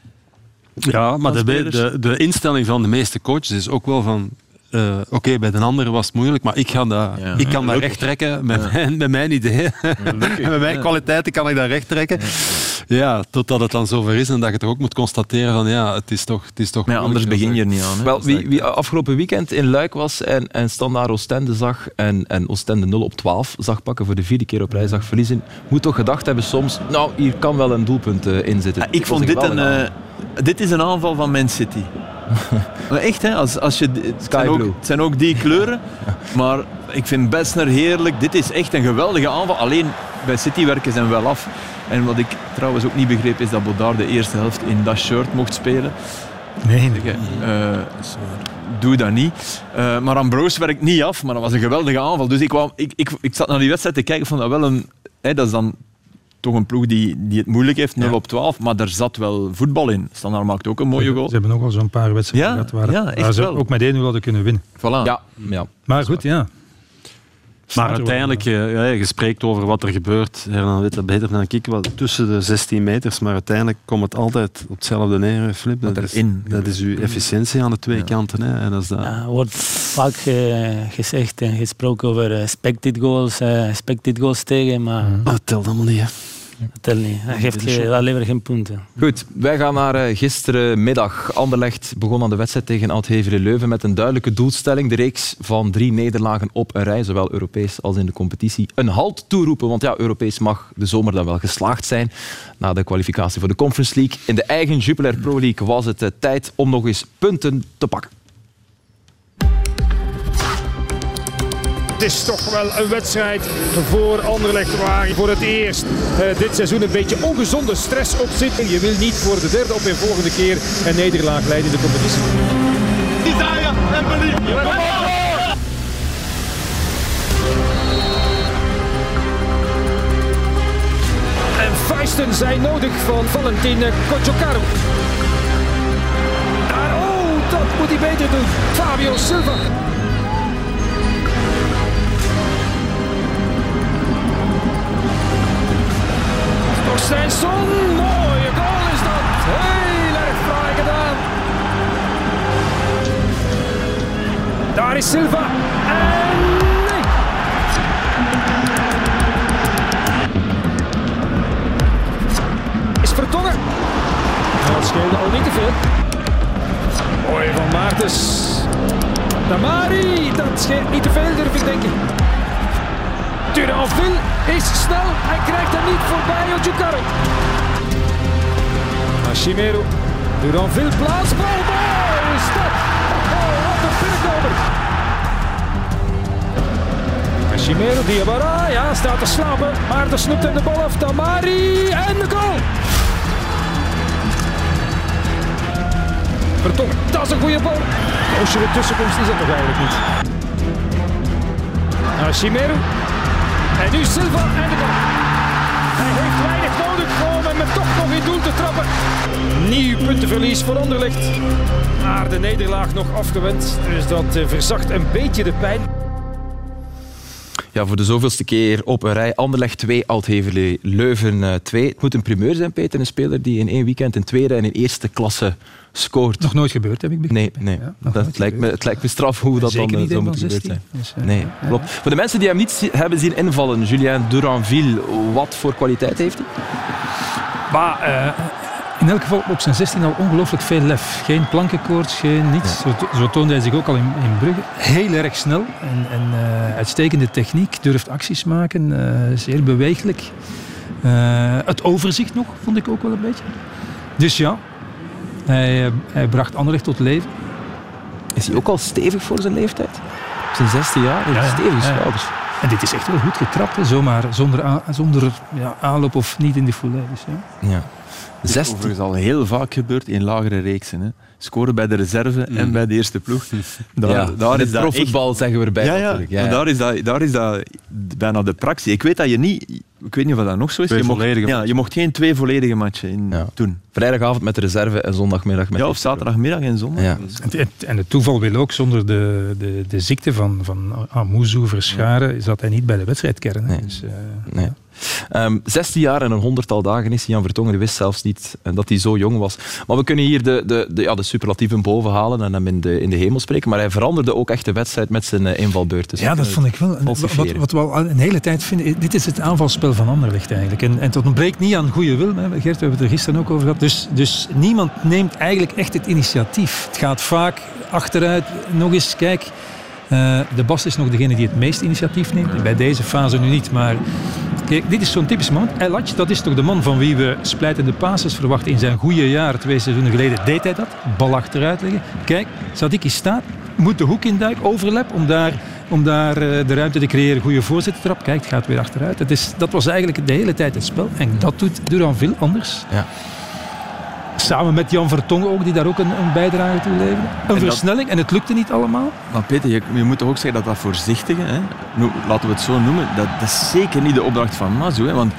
Ja, maar de, de, de instelling van de meeste coaches is ook wel van... Uh, Oké, okay, bij de anderen was het moeilijk, maar ik, ga dat, ja, ik kan dat recht trekken met, ja. mijn, met mijn ideeën. Met mijn kwaliteiten kan ik dat recht trekken. Ja. ja, totdat het dan zover is en dat je toch ook moet constateren van ja, het is toch, het is toch maar ja, anders begin je er niet aan. Hè? Wel, wie, wie afgelopen weekend in Luik was en, en Standaard Oostende zag en, en Oostende nul op twaalf zag pakken voor de vierde keer op rij zag verliezen, moet toch gedacht hebben soms, nou, hier kan wel een doelpunt uh, in zitten. Ja, ik vond dit een... een Dit is een aanval van Man City. Maar echt, hè? Als, als je, het, zijn ook, het zijn ook die kleuren. Maar ik vind Besner heerlijk. Dit is echt een geweldige aanval. Alleen bij City werken ze hem wel af. En wat ik trouwens ook niet begreep is dat Bodard de eerste helft in dat shirt mocht spelen. Nee, nee. Uh, doe dat niet. Uh, maar Ambrose werkt niet af, maar dat was een geweldige aanval. Dus ik, wou, ik, ik, ik zat naar die wedstrijd te kijken, vond dat wel een... Hè, dat is dan toch een ploeg die, die het moeilijk heeft, nul op twaalf, maar daar zat wel voetbal in. Standaard maakt ook een mooie goal. Ze hebben ook al zo'n paar wedstrijden Ja, gehad waar, ja, echt waar ze wel. ook met één nul hadden kunnen winnen. Voilà. Ja, ja. Maar goed, ja. Maar uiteindelijk, uh, ja, je spreekt over wat er gebeurt. Hernan weet dat beter dan ik, wat tussen de zestien meters. Maar uiteindelijk komt het altijd op hetzelfde neer, Flip. Dat, Wat is, erin dat is uw efficiëntie aan de twee Ja. kanten. Hè. En dat is dat. Er wordt vaak uh, gezegd en gesproken over expected goals, uh, expected goals tegen, maar Oh, dat telt allemaal niet. Hè. dat telt niet. Dat geeft je dat levert geen punten. Goed, wij gaan naar uh, gisterenmiddag. Anderlecht begon aan de wedstrijd tegen Oud-Heverlee-Leuven met een duidelijke doelstelling. De reeks van drie nederlagen op een rij, zowel Europees als in de competitie. Een halt toeroepen, want ja, Europees mag de zomer dan wel geslaagd zijn. Na de kwalificatie voor de Conference League. In de eigen Jupiler Pro League was het uh, tijd om nog eens punten te pakken. Het is toch wel een wedstrijd voor Anderlecht waar voor het eerst uh, dit seizoen een beetje ongezonde stress op zit. Je wil niet voor de derde op een volgende keer een nederlaag leiden in de competitie. Isaiah en En vuisten zijn nodig van Valentin Kociokaru. Daar, oh, dat moet hij beter doen. Fabio Silva. Stensson, mooie goal is dat. Heel erg fraai gedaan. Daar is Silva. En nee. Is Vertongen. Dat scheelde al niet te veel. Mooi van Maartens. Damari, dat scheelt niet te veel durf ik denken. Duranville is snel, hij krijgt hem niet voorbij Kociokaru. Chimeru, Duranville plaatsbal, mooi is dat. Oh, wat een binnenkomer. Chimeru, Diawara, ja, staat te slapen, maar er snoept hem de bal af. Damari en de goal. Vertongen, dat is een goede bal. Als je er tussenkomst is dat toch eigenlijk niet. Chimeru. En nu Silva en de goal. Hij heeft weinig nodig om hem toch nog in doel te trappen. Nieuw puntenverlies voor Anderlecht. Maar de nederlaag nog afgewend. Dus dat uh, verzacht een beetje de pijn. Ja, voor de zoveelste keer op een rij. Anderlecht twee, Oud-Heverlee-Leuven twee. Het moet een primeur zijn, Peter. Een speler die in één weekend in tweede en in eerste klasse scoort. Nog nooit gebeurd, heb ik begrepen. Nee, nee. Ja, dat lijkt me, het lijkt me straf hoe dat Zeker dan niet zou een moeten van gebeurd zijn. zestien. Dus, uh, Nee, ja. klopt. Voor de mensen die hem niet zi- hebben zien invallen, Julien Duranville, wat voor kwaliteit heeft hij? Maar uh, in elk geval op zijn zestien al ongelooflijk veel lef. Geen plankenkoorts, geen niets. Zo, to- zo toonde hij zich ook al in, in Brugge. Heel erg snel en, en uh, uitstekende techniek. Durft acties maken, uh, zeer beweeglijk. Uh, het overzicht nog, vond ik ook wel een beetje. Dus ja, hij, uh, hij bracht Anderlecht tot leven. Is hij ook al stevig voor zijn leeftijd? Op zijn zestien jaar? Ja, ja. Stevige Ja, ja. schouders. En dit is echt wel goed getrapt, hè. Zomaar zonder, a- zonder ja, aanloop of niet in de foulée. Dus, ja. Ja. Het is zestien. overigens al heel vaak gebeurd in lagere reeksen. Hè. Scoren bij de reserve mm. en bij de eerste ploeg. Daar, Ja, daar is het dat profvoetbal echt... zeggen we erbij Ja, ja. natuurlijk. Ja, Maar ja. Daar, is dat, daar is dat bijna de praxis. Ik weet dat je niet... Ik weet niet of dat nog zo is. Twee Je mocht, volledige ja, je mocht geen twee volledige matchen in Ja. doen. Vrijdagavond met de reserve en zondagmiddag met Ja, de of zaterdagmiddag en zondag. Ja. Dus- En het- En het toeval wil ook, zonder de, de, de ziekte van, van Amuzu Verscharen, zat hij niet bij de wedstrijdkern. hè. Nee. Dus, uh, Nee. Um, zestien jaar en een honderdtal dagen is Jan Vertongen. Die wist zelfs niet uh, dat hij zo jong was. Maar we kunnen hier de, de, de, ja, de superlatieven boven halen en hem in de, in de hemel spreken. Maar hij veranderde ook echt de wedstrijd met zijn uh, invalbeurt. Dus ja, dat vond ik wel. En Wat, falsifiëren. wat we al een hele tijd vinden, dit is het aanvalspel van Anderlecht eigenlijk. En, en het ontbreekt niet aan goede wil. Hè. Gert, we hebben het er gisteren ook over gehad. Dus, dus niemand neemt eigenlijk echt het initiatief. Het gaat vaak achteruit. Nog eens, kijk... Uh, de Bas is nog degene die het meest initiatief neemt. Bij deze fase nu niet, maar... Kijk, dit is zo'n typisch moment. El Hadj, dat is toch de man van wie we splijtende passes verwachten. In zijn goede jaar, twee seizoenen geleden, deed hij dat. Bal achteruit leggen. Kijk, Sadiki staat, moet de hoek induiken, overlap, om daar, om daar uh, de ruimte te creëren. Goede voorzittertrap. Kijk, het gaat weer achteruit. Het is, dat was eigenlijk de hele tijd het spel. En dat doet Duranville anders. Ja. Samen met Jan Vertongen ook, die daar ook een, een bijdrage toe leverde. Een En dat- versnelling, en het lukte niet allemaal. Maar Peter, je, je moet toch ook zeggen dat dat voorzichtige, hè, no- laten we het zo noemen, dat, dat is zeker niet de opdracht van Mazu. Hè, want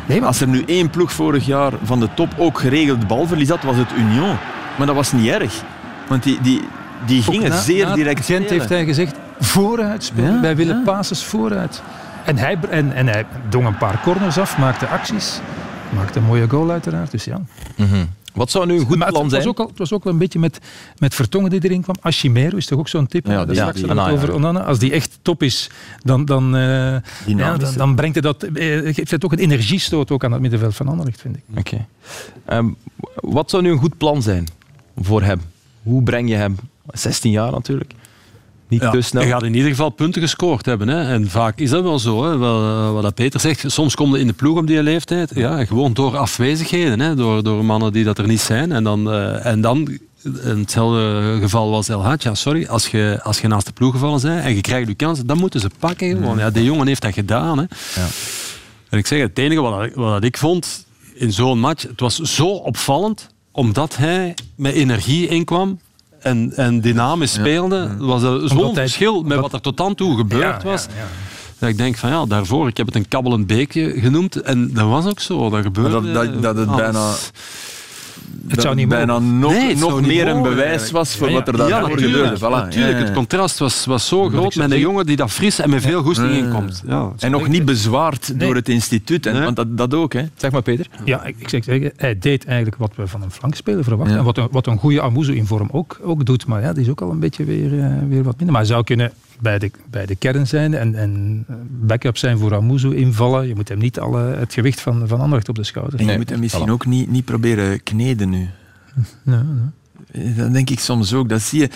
Nee, maar... Als er nu één ploeg vorig jaar van de top ook geregeld balverlies had, was het Union. Maar dat was niet erg. Want die, die, die gingen na, zeer na direct Gent spelen. Heeft hij gezegd, vooruit spelen. Ja, Wij willen ja. passes vooruit. En hij, en, en hij dong een paar corners af, maakte acties. Maakte een mooie goal uiteraard. Dus ja. Mm-hmm. Wat zou nu een goed maar plan het, zijn? Het was, ook al, het was ook wel een beetje met, met Vertongen die erin kwam. Ashimero is toch ook zo'n tip? Ja, ja, ja, ja, ja, over Onana. Als die echt top is, dan, dan, uh, ja, dan, dan brengt hij dat, uh, geeft het ook een energiestoot ook aan het middenveld van Anderlecht, vind ik. Oké. Okay. Um, wat zou nu een goed plan zijn voor hem? Hoe breng je hem? zestien jaar natuurlijk. Niet ja, te snel. Hij gaat in ieder geval punten gescoord hebben. Hè. En vaak is dat wel zo. Hè. Wat, wat dat Peter zegt, soms kom je in de ploeg op die leeftijd. Ja, gewoon door afwezigheden. Hè. Door, door mannen die dat er niet zijn. En dan, uh, en dan in hetzelfde geval was El Hadj. Ja, sorry, als je, als je naast de ploeg gevallen bent en je krijgt je kans, dan moeten ze pakken. Gewoon. Ja, die jongen heeft dat gedaan. Hè. Ja. En ik zeg, het enige wat, wat ik vond in zo'n match, het was zo opvallend, omdat hij met energie inkwam. En, en dynamisch speelde, ja. was er zo'n verschil met wat er tot dan toe gebeurd ja, was. Ja, ja. Dat ik denk van ja, daarvoor, ik heb het een kabbelend beekje genoemd. En dat was ook zo, dat gebeurde. Dat, dat, dat het alles. bijna... Het zou niet bijna nog, nee, nog meer een bewijs was voor ja, ja. wat er daarvoor ja, gebeurde. Voilà. Natuurlijk, ja, ja. Het contrast was, was zo groot met een jongen die dat fris en met veel goesting ja. inkomt. Ja, en nog niet bezwaard nee. door het instituut. En, nee. Want dat, dat ook. Hè. Zeg maar, Peter. Ja, ik, ik zeg zeggen, hij deed eigenlijk wat we van een flankspeler verwachten. Ja. En wat een, wat een goede Amuzu in vorm ook, ook doet. Maar ja, die is ook al een beetje weer, uh, weer wat minder. Maar hij zou kunnen bij de, bij de kern zijn en, en backup zijn voor Amuzu invallen. Je moet hem niet alle, het gewicht van, van Anderlecht op de schouders. En je moet hem misschien ook niet, niet proberen kneden nu. Nee, nee. Dat denk ik soms ook. Dat zie je.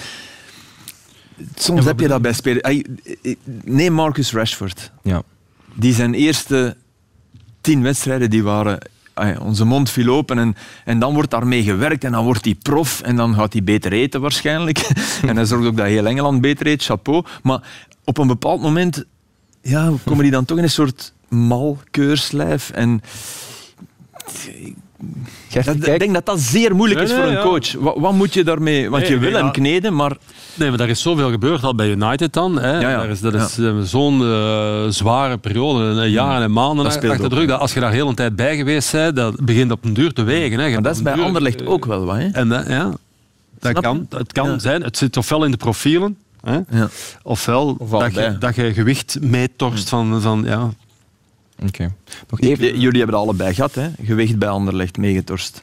Soms heb je dat bij spelers. Neem Marcus Rashford. Ja. Die zijn eerste tien wedstrijden die waren. Onze mond viel open en, en dan wordt daarmee gewerkt en dan wordt hij prof en dan gaat hij beter eten waarschijnlijk. En hij zorgt ook dat heel Engeland beter eet, chapeau. Maar op een bepaald moment ja, komen die dan toch in een soort mal keurslijf en... Dat, ik denk dat dat zeer moeilijk is nee, nee, voor een ja. coach. Wat, wat moet je daarmee... Want nee, je wil nee, hem kneden, maar... Nee, maar daar is zoveel gebeurd al bij United dan. Hè. Ja, ja. Daar is, dat is ja. zo'n uh, zware periode, jaren en maanden achter de rug. Dat als je daar heel een tijd bij geweest bent, dat begint op een duur te wegen. Hè. Maar dat is bij duur, Anderlecht ook wel wat. Hè? En dat, ja, dat kan, het kan ja. zijn. Het zit ofwel in de profielen, hè, ja. ofwel of dat, je, dat je gewicht meetorst van... van ja, Oké. Okay. Jullie hebben het allebei gehad, hè? Gewicht bij Anderlecht meegetorst.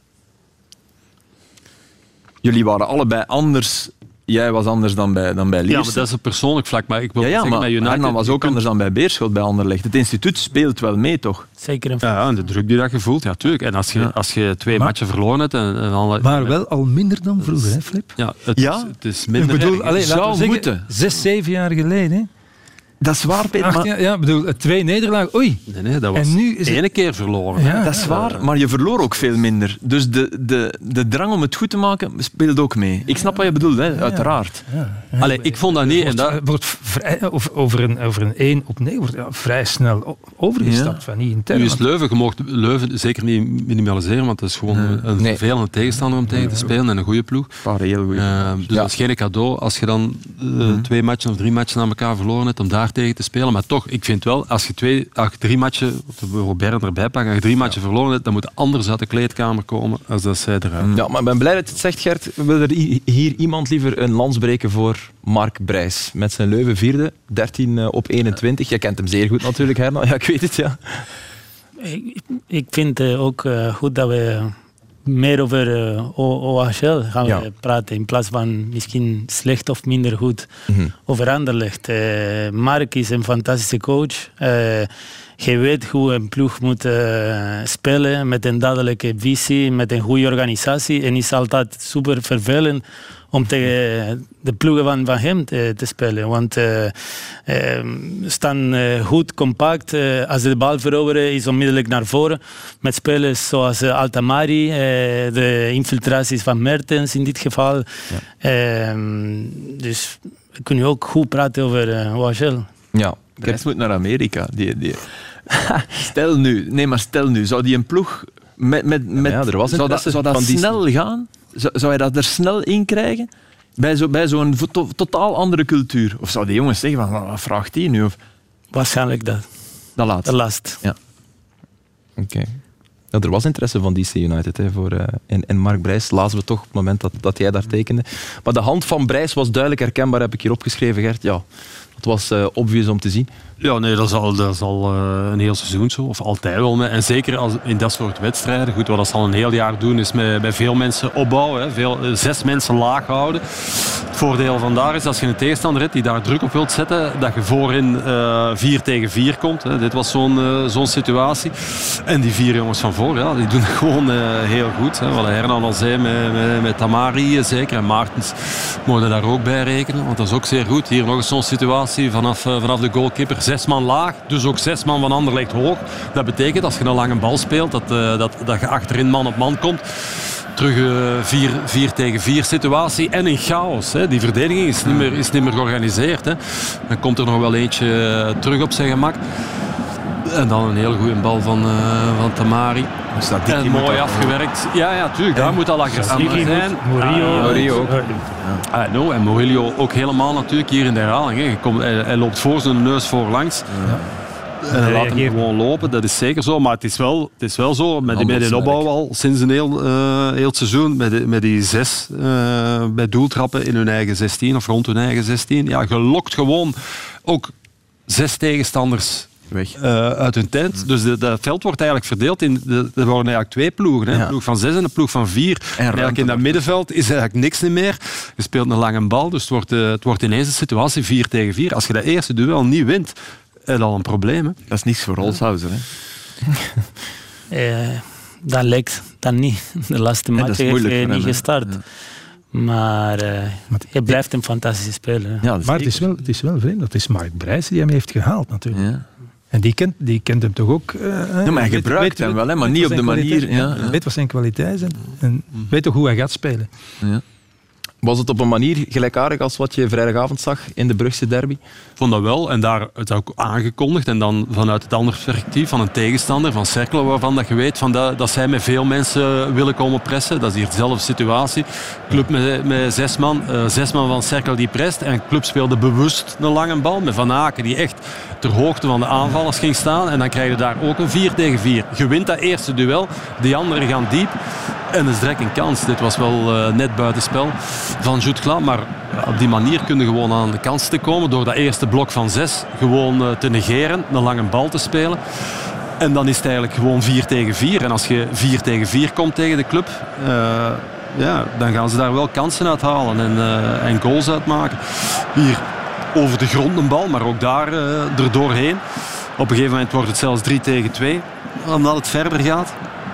Jullie waren allebei anders. Jij was anders dan bij, dan bij Lierse. Ja, maar dat is een persoonlijk vlak. Maar ik wil ja, ja, zeggen, maar bij United... Hernan was ook anders dan bij Beerschot bij Anderlecht. Het instituut speelt wel mee, toch? Zeker. Een ja, en de druk die dat je voelt, ja, tuurlijk. En als je, ja. als je twee maar, matchen verloren hebt... En, en dan, maar wel al minder dan vroeger, hè, Flip? Ja, het, ja? Is, het is minder... Ik bedoel, allez, zou zeggen, moeten. Zes, zeven jaar geleden, hè? Dat is waar, Peter. Ach, ja, ja, bedoel, twee nederlagen. Oei. Nee, nee, dat was en nu is het... ene keer verloren. Ja, dat is waar, maar je verloor ook veel minder. Dus de, de, de drang om het goed te maken speelt ook mee. Ik snap wat je bedoelt, hè, uiteraard. Ja, ja. Allee, ik vond dat niet... Wordt, en dat... wordt vrij, of over een, over een één op negen wordt ja, vrij snel overgestapt. Ja. Van niet intern. Nu is Leuven, je mocht Leuven zeker niet minimaliseren, want het is gewoon nee. een nee. vervelende tegenstander om tegen ja, te spelen en een goede ploeg. Een paar heel goede. Uh, dus ja. dat is geen cadeau als je dan uh, mm-hmm. twee matchen of drie matchen aan elkaar verloren hebt om daar tegen te spelen. Maar toch, ik vind wel, als je, twee, als je drie matchen, Robert erbij pakken, als je drie matchen ja. verloren hebt, dan moet anders uit de kleedkamer komen als dat zij eruit. Ja, maar ik ben blij dat je het zegt, Gert. Wil er hier iemand liever een lans breken voor Mark Brijs? Met zijn Leuven vierde, dertien op eenentwintig. Je kent hem zeer goed natuurlijk, Hernan. Ja, ik weet het, ja. Ik, ik vind uh, ook uh, goed dat we meer over uh, O H L gaan ja. we praten, in plaats van misschien slecht of minder goed mm-hmm. over Anderlecht. Uh, Mark is een fantastische coach. Uh, je weet hoe een ploeg moet uh, spelen met een duidelijke visie, met een goede organisatie. En is altijd super vervelend om tegen de ploegen van, van hem te, te spelen. Want ze uh, uh, staan uh, goed compact. Uh, als ze de bal veroveren, is onmiddellijk naar voren. Met spelers zoals uh, Altamari, uh, de infiltraties van Mertens in dit geval. Ja. Uh, dus we kunnen ook goed praten over uh, O H L. Ja. Brijs moet naar Amerika. Die, die. Stel nu, nee maar stel nu, zou die een ploeg met, met, met ja, er was zou dat, zou dat snel die... gaan? Zou, zou je dat er snel in krijgen? Bij, zo, bij zo'n to, totaal andere cultuur? Of zou die jongens zeggen, van, wat vraagt die nu? Of... Waarschijnlijk dat. Dat laatste. De last. Ja. Oké. Okay. Ja, er was interesse van D C United hè, voor, uh, en, en Mark Brijs lazen we toch op het moment dat, dat jij daar tekende. Maar de hand van Brijs was duidelijk herkenbaar, heb ik hier opgeschreven, Gert. Ja, het was uh, obvious om te zien. Ja, nee, dat is al, dat is al uh, een heel seizoen zo, of altijd wel. En zeker als, in dat soort wedstrijden. Goed, wat ze al een heel jaar doen, is met, bij veel mensen opbouwen. Hè, veel, uh, zes mensen laag houden. Het voordeel van daar is, als je een tegenstander hebt die daar druk op wilt zetten, dat je voorin uh, vier tegen vier komt. Hè. Dit was zo'n, uh, zo'n situatie. En die vier jongens van voor, ja, die doen het gewoon uh, heel goed. Hè. Wat Hernan al zei met, met, met Tamari, zeker. En Maartens mogen daar ook bij rekenen, want dat is ook zeer goed. Hier nog eens zo'n situatie vanaf, uh, vanaf de goalkeeper. Zes man laag, dus ook zes man van Anderlecht hoog. Dat betekent, als je een lange bal speelt, dat, uh, dat, dat je achterin man op man komt. Terug een uh, vier tegen vier situatie en in chaos. Hè. Die verdediging is niet meer, is niet meer georganiseerd. Hè. Dan komt er nog wel eentje uh, terug op zijn gemak. En dan een hele goede bal van, uh, van Tamari. En mooi afgewerkt. Ja, ja, tuurlijk. Daar moet al agressief zijn. Murillo. Ah, Murillo ook. Ja. Ah, no, en Murillo ook helemaal natuurlijk hier in de herhaling. Hè. Komt, hij, hij loopt voor zijn neus voorlangs. Ja. En hij laat hem gewoon lopen, dat is zeker zo. Maar het is wel, het is wel zo, met die, met die opbouw al sinds een heel, uh, heel seizoen, met, die, met die zes uh, bij doeltrappen in hun eigen zestien of rond hun eigen zestien. Ja, je lokt gewoon ook zes tegenstanders weg uh, uit hun tent. Mm. Dus het veld wordt eigenlijk verdeeld in, de, er worden eigenlijk twee ploegen. Hè? Ja. Een ploeg van zes en een ploeg van vier. En, en eigenlijk in dat middenveld is eigenlijk niks meer. Je speelt een lange bal, dus het wordt, uh, het wordt ineens een situatie vier tegen vier. Als je dat eerste duel niet wint, is al een probleem. Hè? Dat is niks voor Holshouser. Hè? uh, dat lijkt dan niet. De laatste match heeft hij niet gestart. Ja. Maar uh, hij blijft een fantastische speler. Ja, maar het is, wel, het is wel vreemd. Dat is Mark Brijs die hem heeft gehaald natuurlijk. Ja. En die kent, die kent hem toch ook. Uh, ja, maar hij weet, gebruikt weet, hem wel, hè, maar niet op de manier. Ja, ja. Weet wat zijn kwaliteit zijn. En weet toch hoe hij gaat spelen. Ja. Was het op een manier gelijkaardig als wat je vrijdagavond zag in de Brugse derby? Ik vond dat wel. En daar het ook aangekondigd. En dan vanuit het andere perspectief van een tegenstander, van Cercle, waarvan dat je weet van dat, dat zij met veel mensen willen komen pressen. Dat is hier dezelfde situatie. Club met, met zes man. Uh, zes man van Cercle die prest. En Club speelde bewust een lange bal. Met Van Aken die echt ter hoogte van de aanvallers ging staan. En dan krijg je daar ook een vier tegen vier. Je wint dat eerste duel. Die anderen gaan diep. En dat is direct een kans. Dit was wel uh, net buitenspel van Jude Glas. Maar ja, op die manier kun je gewoon aan de kans te komen. Door dat eerste blok van zes gewoon uh, te negeren. Een lange bal te spelen. En dan is het eigenlijk gewoon vier tegen vier. En als je vier tegen vier komt tegen de club... Uh, ja, dan gaan ze daar wel kansen uit halen. En, uh, en goals uitmaken. Hier over de grond een bal. Maar ook daar uh, er doorheen. Op een gegeven moment wordt het zelfs drie tegen twee. Omdat het verder gaat.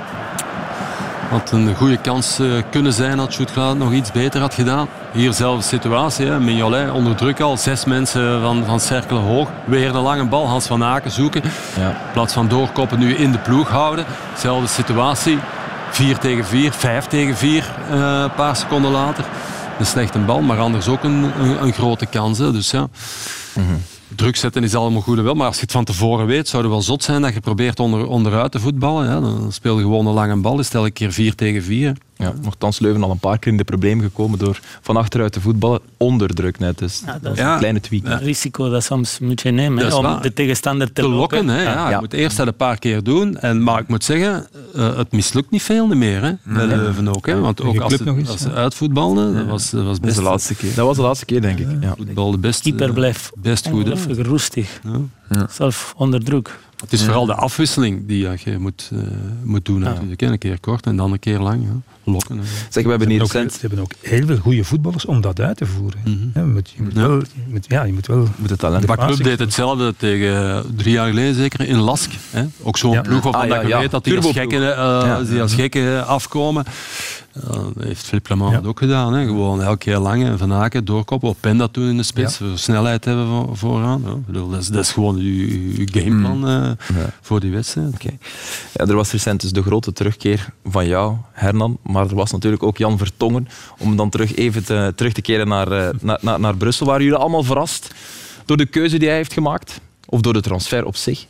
Had een goede kans uh, kunnen zijn als Jude Glas nog iets beter had gedaan. Hier zelfde situatie. Hè. Mignolet onder druk al. Zes mensen van, van Cercle hoog. Weer de lange bal. Hans van Aken zoeken. Ja. In plaats van doorkoppen nu in de ploeg houden. Zelfde situatie. Vier tegen vier. Vijf tegen vier. Uh, een paar seconden later. Een slechte bal. Maar anders ook een, een, een grote kans. Hè. Dus ja... Mm-hmm. Druk zetten is allemaal goed en wel, maar als je het van tevoren weet, zou het wel zot zijn dat je probeert onder, onderuit te voetballen. Ja, dan speel je gewoon een lange bal, is het elke keer vier tegen vier. Ja, nochtans Leuven al een paar keer in de problemen gekomen door van achteruit te voetballen onder druk net. Dus ja, dat is ja, een kleine tweak. Het risico dat soms moet je nemen he, om waar. de tegenstander te, te lokken. lokken hè, ja. Ja. Je moet eerst dat een paar keer doen. En, maar ik moet zeggen, uh, het mislukt niet veel meer. Hè, bij ja. Leuven ook. Hè, want ook als ze, als ze uitvoetbalden, dat was, dat was best... de laatste keer. Dat was de laatste keer, denk ik. Ja. Voetbal de best, keeper blijft best goed. Even rustig. Ja. Ja. Zelf onder druk. Het is ja. vooral de afwisseling die je moet, uh, moet doen. Ja. Een keer kort en dan een keer lang. Ja. Lokken. Hè. Zeg, we hebben hier ook, ze hebben ook heel veel goede voetballers om dat uit te voeren. Mm-hmm. Ja, je moet, je moet ja. wel... Je moet, ja, je moet wel moet het talent. Maar Club deed hetzelfde tegen drie jaar geleden zeker in Lask. Hè. Ook zo'n ja. ploeg waarvan ah, ja, je ja. weet dat die als gekken, uh, ja. die als gekken afkomen. Uh, dat heeft Philippe Clement ja. ook gedaan. Hè. Gewoon elke keer lang en Van Aken doorkoppen. Op Penda toen in de spits. Ja. Snelheid hebben voor, vooraan. Ja, bedoel, dat, is, dat is gewoon je gameplan uh, ja. voor die wedstrijd. Okay. Ja, er was recent dus de grote terugkeer van jou, Hernan. Maar er was natuurlijk ook Jan Vertongen. Om dan terug even te, terug te keren naar, uh, naar, naar, naar Brussel. Waren jullie allemaal verrast door de keuze die hij heeft gemaakt? Of door de transfer op zich?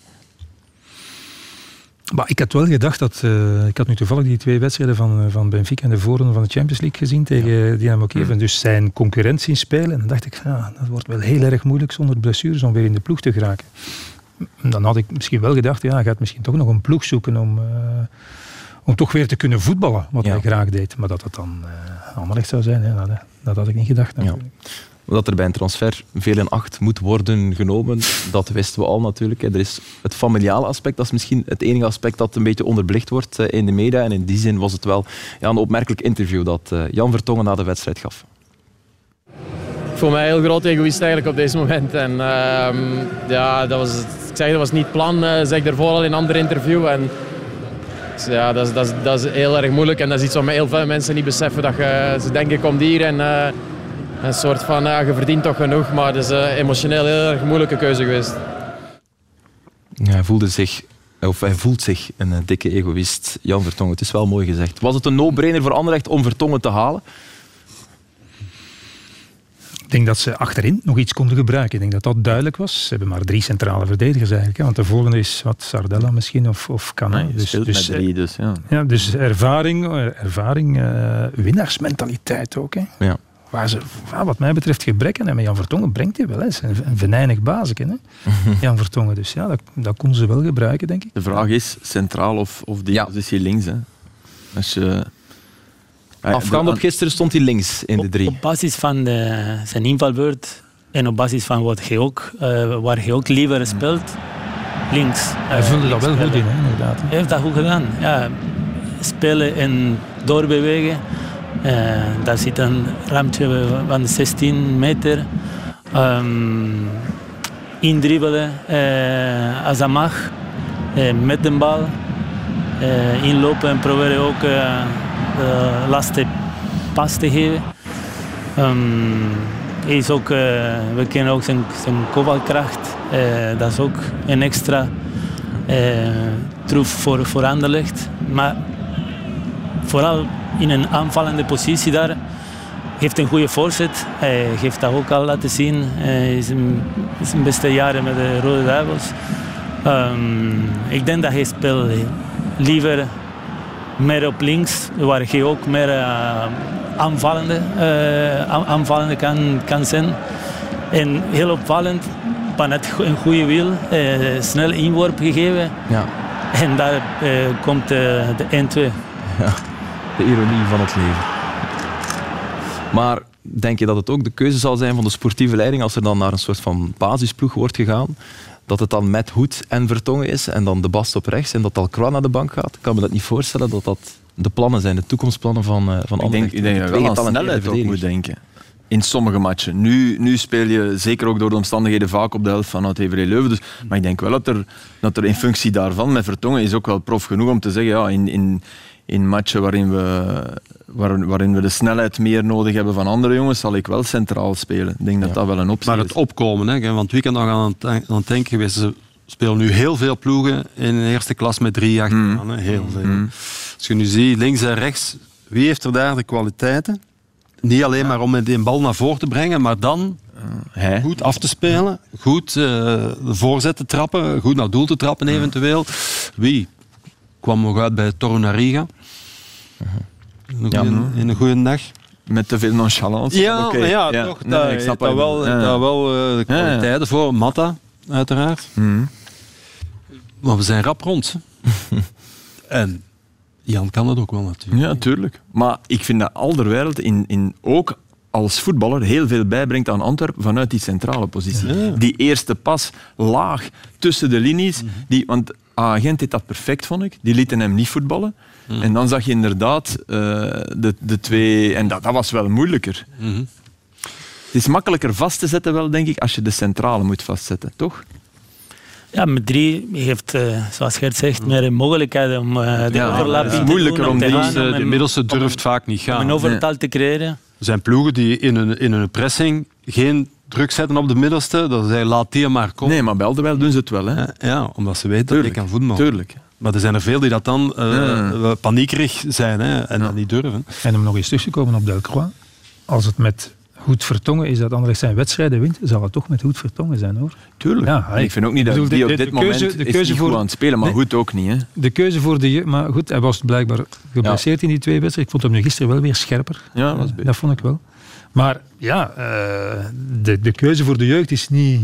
Maar ik had wel gedacht dat... Uh, ik had nu toevallig die twee wedstrijden van, van Benfica en de voorronde van de Champions League gezien tegen ja. Dynamo Kiev. En dus zijn concurrent zien spelen. En dan dacht ik, ja, dat wordt wel heel erg moeilijk zonder blessures om weer in de ploeg te geraken. dan had ik misschien wel gedacht, ja, hij gaat misschien toch nog een ploeg zoeken om, uh, om toch weer te kunnen voetballen, wat ja. hij graag deed. Maar dat het dan uh, Anderlecht zou zijn, hè, dat, dat had ik niet gedacht natuurlijk. Ja. Dat er bij een transfer veel in acht moet worden genomen, dat wisten we al natuurlijk. Er is het familiale aspect, dat is misschien het enige aspect dat een beetje onderbelicht wordt in de media. En in die zin was het wel ja, een opmerkelijk interview dat Jan Vertongen na de wedstrijd gaf. Ik voel mij heel groot egoïst eigenlijk op deze moment. En, uh, ja, dat was, ik zeg, dat was niet het plan, uh, zeg ik daarvoor al in een ander interview. En, ja, dat, is, dat, is, dat is heel erg moeilijk en dat is iets wat heel veel mensen niet beseffen. Dat je, ze denken, komt hier en uh, een soort van, ja, je verdient toch genoeg. Maar het is uh, emotioneel heel erg moeilijke keuze geweest. Ja, hij voelde zich... Of hij voelt zich een uh, dikke egoïst, Jan Vertongen. Het is wel mooi gezegd. Was het een no-brainer voor Anderlecht om Vertongen te halen? Ik denk dat ze achterin nog iets konden gebruiken. Ik denk dat dat duidelijk was. Ze hebben maar drie centrale verdedigers eigenlijk. Hè? Want de volgende is wat Sardella misschien of, of Kana. Nee, dus, dus, met drie dus. Ja. Ja, dus ervaring, ervaring uh, winnaarsmentaliteit ook. Hè? Ja. Waar ze, wat mij betreft, gebrek aan hebben. Jan Vertongen brengt hij wel. Hè? Een, een venijnig bazeke, hè? Jan Vertongen. Dus ja, dat, dat konden ze wel gebruiken, denk ik. De vraag is centraal of, of die ja. positie links. Hè? Als je... Afgaand op gisteren stond hij links in de drie. Op, op basis van de, zijn invalbeurt en op basis van wat hij ook, uh, waar hij ook liever speelt, links. Hij uh, vulde dat wel goed in, hè, inderdaad. Hij heeft dat goed gedaan. Ja, spelen en doorbewegen. Uh, daar zit een ruimte van zestien meter. Um, indribbelen uh, als dat mag. Uh, met de bal. Uh, inlopen en proberen ook... Uh, de laatste pas te geven. Um, is ook, uh, we kennen ook zijn, zijn kopbalkracht. Uh, dat is ook een extra uh, troef voor, voor Anderlecht. Maar vooral in een aanvallende positie daar. Heeft een goede voorzet. Hij heeft dat ook al laten zien. Hij is in zijn beste jaren met de Rode Duivels. Um, ik denk dat hij speelt liever meer op links, waar je ook meer uh, aanvallende, uh, aanvallende kan, kan zijn. En heel opvallend, maar net een goede wiel, uh, snel inworp gegeven. Ja. En daar uh, komt uh, de één twee. Ja, de ironie van het leven. Maar denk je dat het ook de keuze zal zijn van de sportieve leiding als er dan naar een soort van basisploeg wordt gegaan? Dat het dan met Hoed en Vertongen is en dan de Bast op rechts en dat Dalcroix naar de bank gaat? Ik kan me dat niet voorstellen dat dat de plannen zijn, de toekomstplannen van, uh, van Anderlecht. Ik denk, ik denk dat je wel aan snelheid ook moet denken. In sommige matchen. Nu, nu speel je, zeker ook door de omstandigheden, vaak op de helft van T V V Leuven. Dus, maar ik denk wel dat er, dat er in functie daarvan, met Vertongen, is ook wel prof genoeg om te zeggen, ja, in, in, in matchen waarin we, waar, waarin we de snelheid meer nodig hebben van andere jongens, zal ik wel centraal spelen. Ik denk dat ja. dat wel een optie is. Maar het opkomen, hè, want het weekend nog aan het, aan het denken geweest, ze spelen nu heel veel ploegen in de eerste klas met drie achteraan. Mm. Heel veel. Mm. Als je nu ziet, links en rechts, wie heeft er daar de kwaliteiten? Niet alleen maar om met die bal naar voren te brengen, maar dan uh, goed af te spelen, goed uh, de voorzet te trappen, goed naar doel te trappen eventueel. Wie kwam nog uit bij Torunariga? In een, ja, in een goede dag. Met te veel nonchalance. Ja, okay. ja, ja, toch. Nee, dat, ik snap dat wel, ja. dat wel uh, de kwaliteiten ja, ja. voor. Matta, uiteraard. Mm. Maar we zijn rap rond. En Jan kan dat ook wel natuurlijk. Ja, tuurlijk. Maar ik vind dat Alderweireld in, in ook als voetballer heel veel bijbrengt aan Antwerpen vanuit die centrale positie. Ja. Die eerste pas laag tussen de linies. Mm-hmm. Die, want Agent deed dat perfect, vond ik. Die lieten hem niet voetballen. Mm. En dan zag je inderdaad uh, de, de twee... En dat, dat was wel moeilijker. Mm-hmm. Het is makkelijker vast te zetten wel, denk ik, als je de centrale moet vastzetten, toch? Ja, met drie heeft, uh, zoals Gert zegt, meer mogelijkheden om uh, de ja, overlapping te doen. Moeilijker om die... De, de middelste durft vaak niet gaan. Om een overtal nee. te creëren. Er zijn ploegen die in hun, in hun pressing geen druk zetten op de middelste. Dat zij laat die maar komen. Nee, maar bij Alderweireld doen ze het wel. Hè? Ja, ja, omdat ze weten Tuurlijk. dat je kan voetballen. Tuurlijk. Maar er zijn er veel die dat dan uh, ja. paniekerig zijn hè, en ja. dat niet durven. En om nog eens terug te komen op Dalcroix. Als het met Hoed Vertongen is dat Anderlecht zijn wedstrijden wint, zal het toch met Hoed Vertongen zijn, hoor. Tuurlijk. Ja, hey. Ik vind ook niet dat bedoel, die de, op dit de keuze, moment de keuze is niet voor, goed aan het spelen, maar nee, goed ook niet. Hè. De keuze voor de... Maar goed, hij was blijkbaar geblesseerd ja. in die twee wedstrijden. Ik vond hem nu gisteren wel weer scherper. Ja, dat was beter. Dat vond ik wel. Maar ja, uh, de, de keuze voor de jeugd is niet...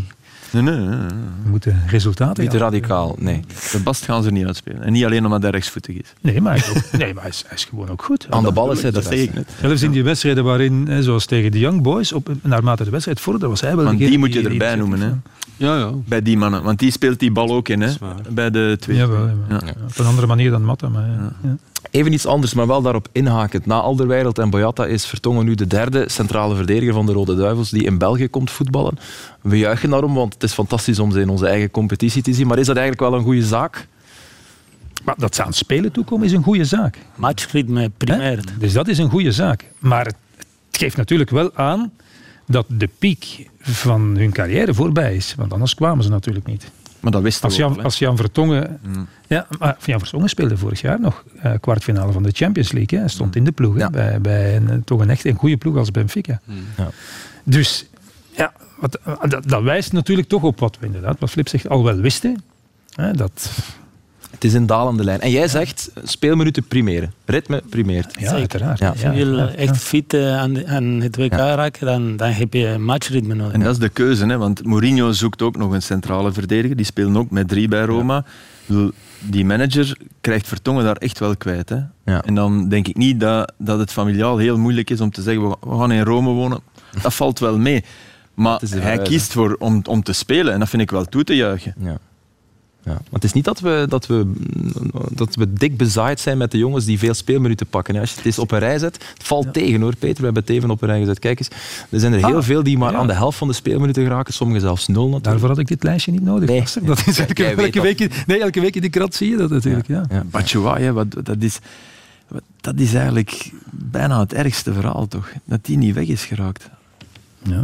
Nee, nee, nee. nee. We moeten resultaten Niet te gaan. radicaal, nee. De Bast gaan ze niet uitspelen. En niet alleen omdat hij rechtsvoetig is. Nee, maar, hij is, ook, nee, maar hij, is, hij is gewoon ook goed. Aan de bal is hij de Dat zeg ik beste. net. Zelfs in die wedstrijden waarin, hè, zoals tegen de Young Boys, op, naarmate de wedstrijd vorderde, was hij wel Want degene die moet je die- erbij die- noemen, hè. Ja, ja. Bij die mannen. Want die speelt die bal ook in, hè. waar. Bij de twee. Jawel, jawel. Ja. Ja, op een andere manier dan Matta. Maar, ja. Ja. Even iets anders, maar wel daarop inhakend. Na Alderweireld en Boyata is Vertongen nu de derde centrale verdediger van de Rode Duivels die in België komt voetballen. We juichen daarom, want het is fantastisch om ze in onze eigen competitie te zien. Maar is dat eigenlijk wel een goede zaak? Maar dat ze aan het spelen toekomen is een goede zaak. Matchritme primair. Hè? Dus dat is een goede zaak. Maar het geeft natuurlijk wel aan dat de piek van hun carrière voorbij is. Want anders kwamen ze natuurlijk niet. Maar dat wisten Als we Jan, wel, hè. als Jan Vertongen... Mm. Ja, maar Jan Vertongen speelde vorig jaar nog uh, kwartfinale van de Champions League. Hè. Hij stond in de ploeg. Hè, Ja. bij, bij een, toch een echt een goede ploeg als Benfica. Ja. Dus ja, wat, dat, dat wijst natuurlijk toch op wat we inderdaad, wat Flip zegt, al wel wisten. Hè, dat, Het is een dalende lijn. En jij zegt speelminuten primeren. Ritme primeert. ja, uiteraard. Ja. Als je wil ja, echt fit uh, aan, de, aan het W K Ja. raken, dan, dan heb je matchritme nodig. En dat is de keuze, hè, want Mourinho zoekt ook nog een centrale verdediger. Die spelen ook met drie bij Roma. Ik bedoel, die manager krijgt Vertongen daar echt wel kwijt. Hè. Ja. En dan denk ik niet dat, dat het familiaal heel moeilijk is om te zeggen, we we gaan in Rome wonen. Dat valt wel mee. Maar Het is de hij wijze. kiest voor, om, om te spelen en dat vind ik wel toe te juichen. Ja. Ja. Maar het is niet dat we, dat, we, dat we dik bezaaid zijn met de jongens die veel speelminuten pakken. Als je het eens op een rij zet, het valt ja. tegen hoor, Peter. We hebben het even op een rij gezet. Kijk eens, er zijn er heel Ah, veel die maar ja. aan de helft van de speelminuten geraken, sommigen zelfs nul natuurlijk. Daarvoor had ik dit lijstje niet nodig. Nee. Pastor. Dat is elke, Jij weet elke, dat. week, in- nee, elke week in die krant zie je dat natuurlijk. Ja. Ja. Batshuayi, hè, wat, dat, is, wat- dat is eigenlijk bijna het ergste verhaal, toch? Dat die niet weg is geraakt. Ja.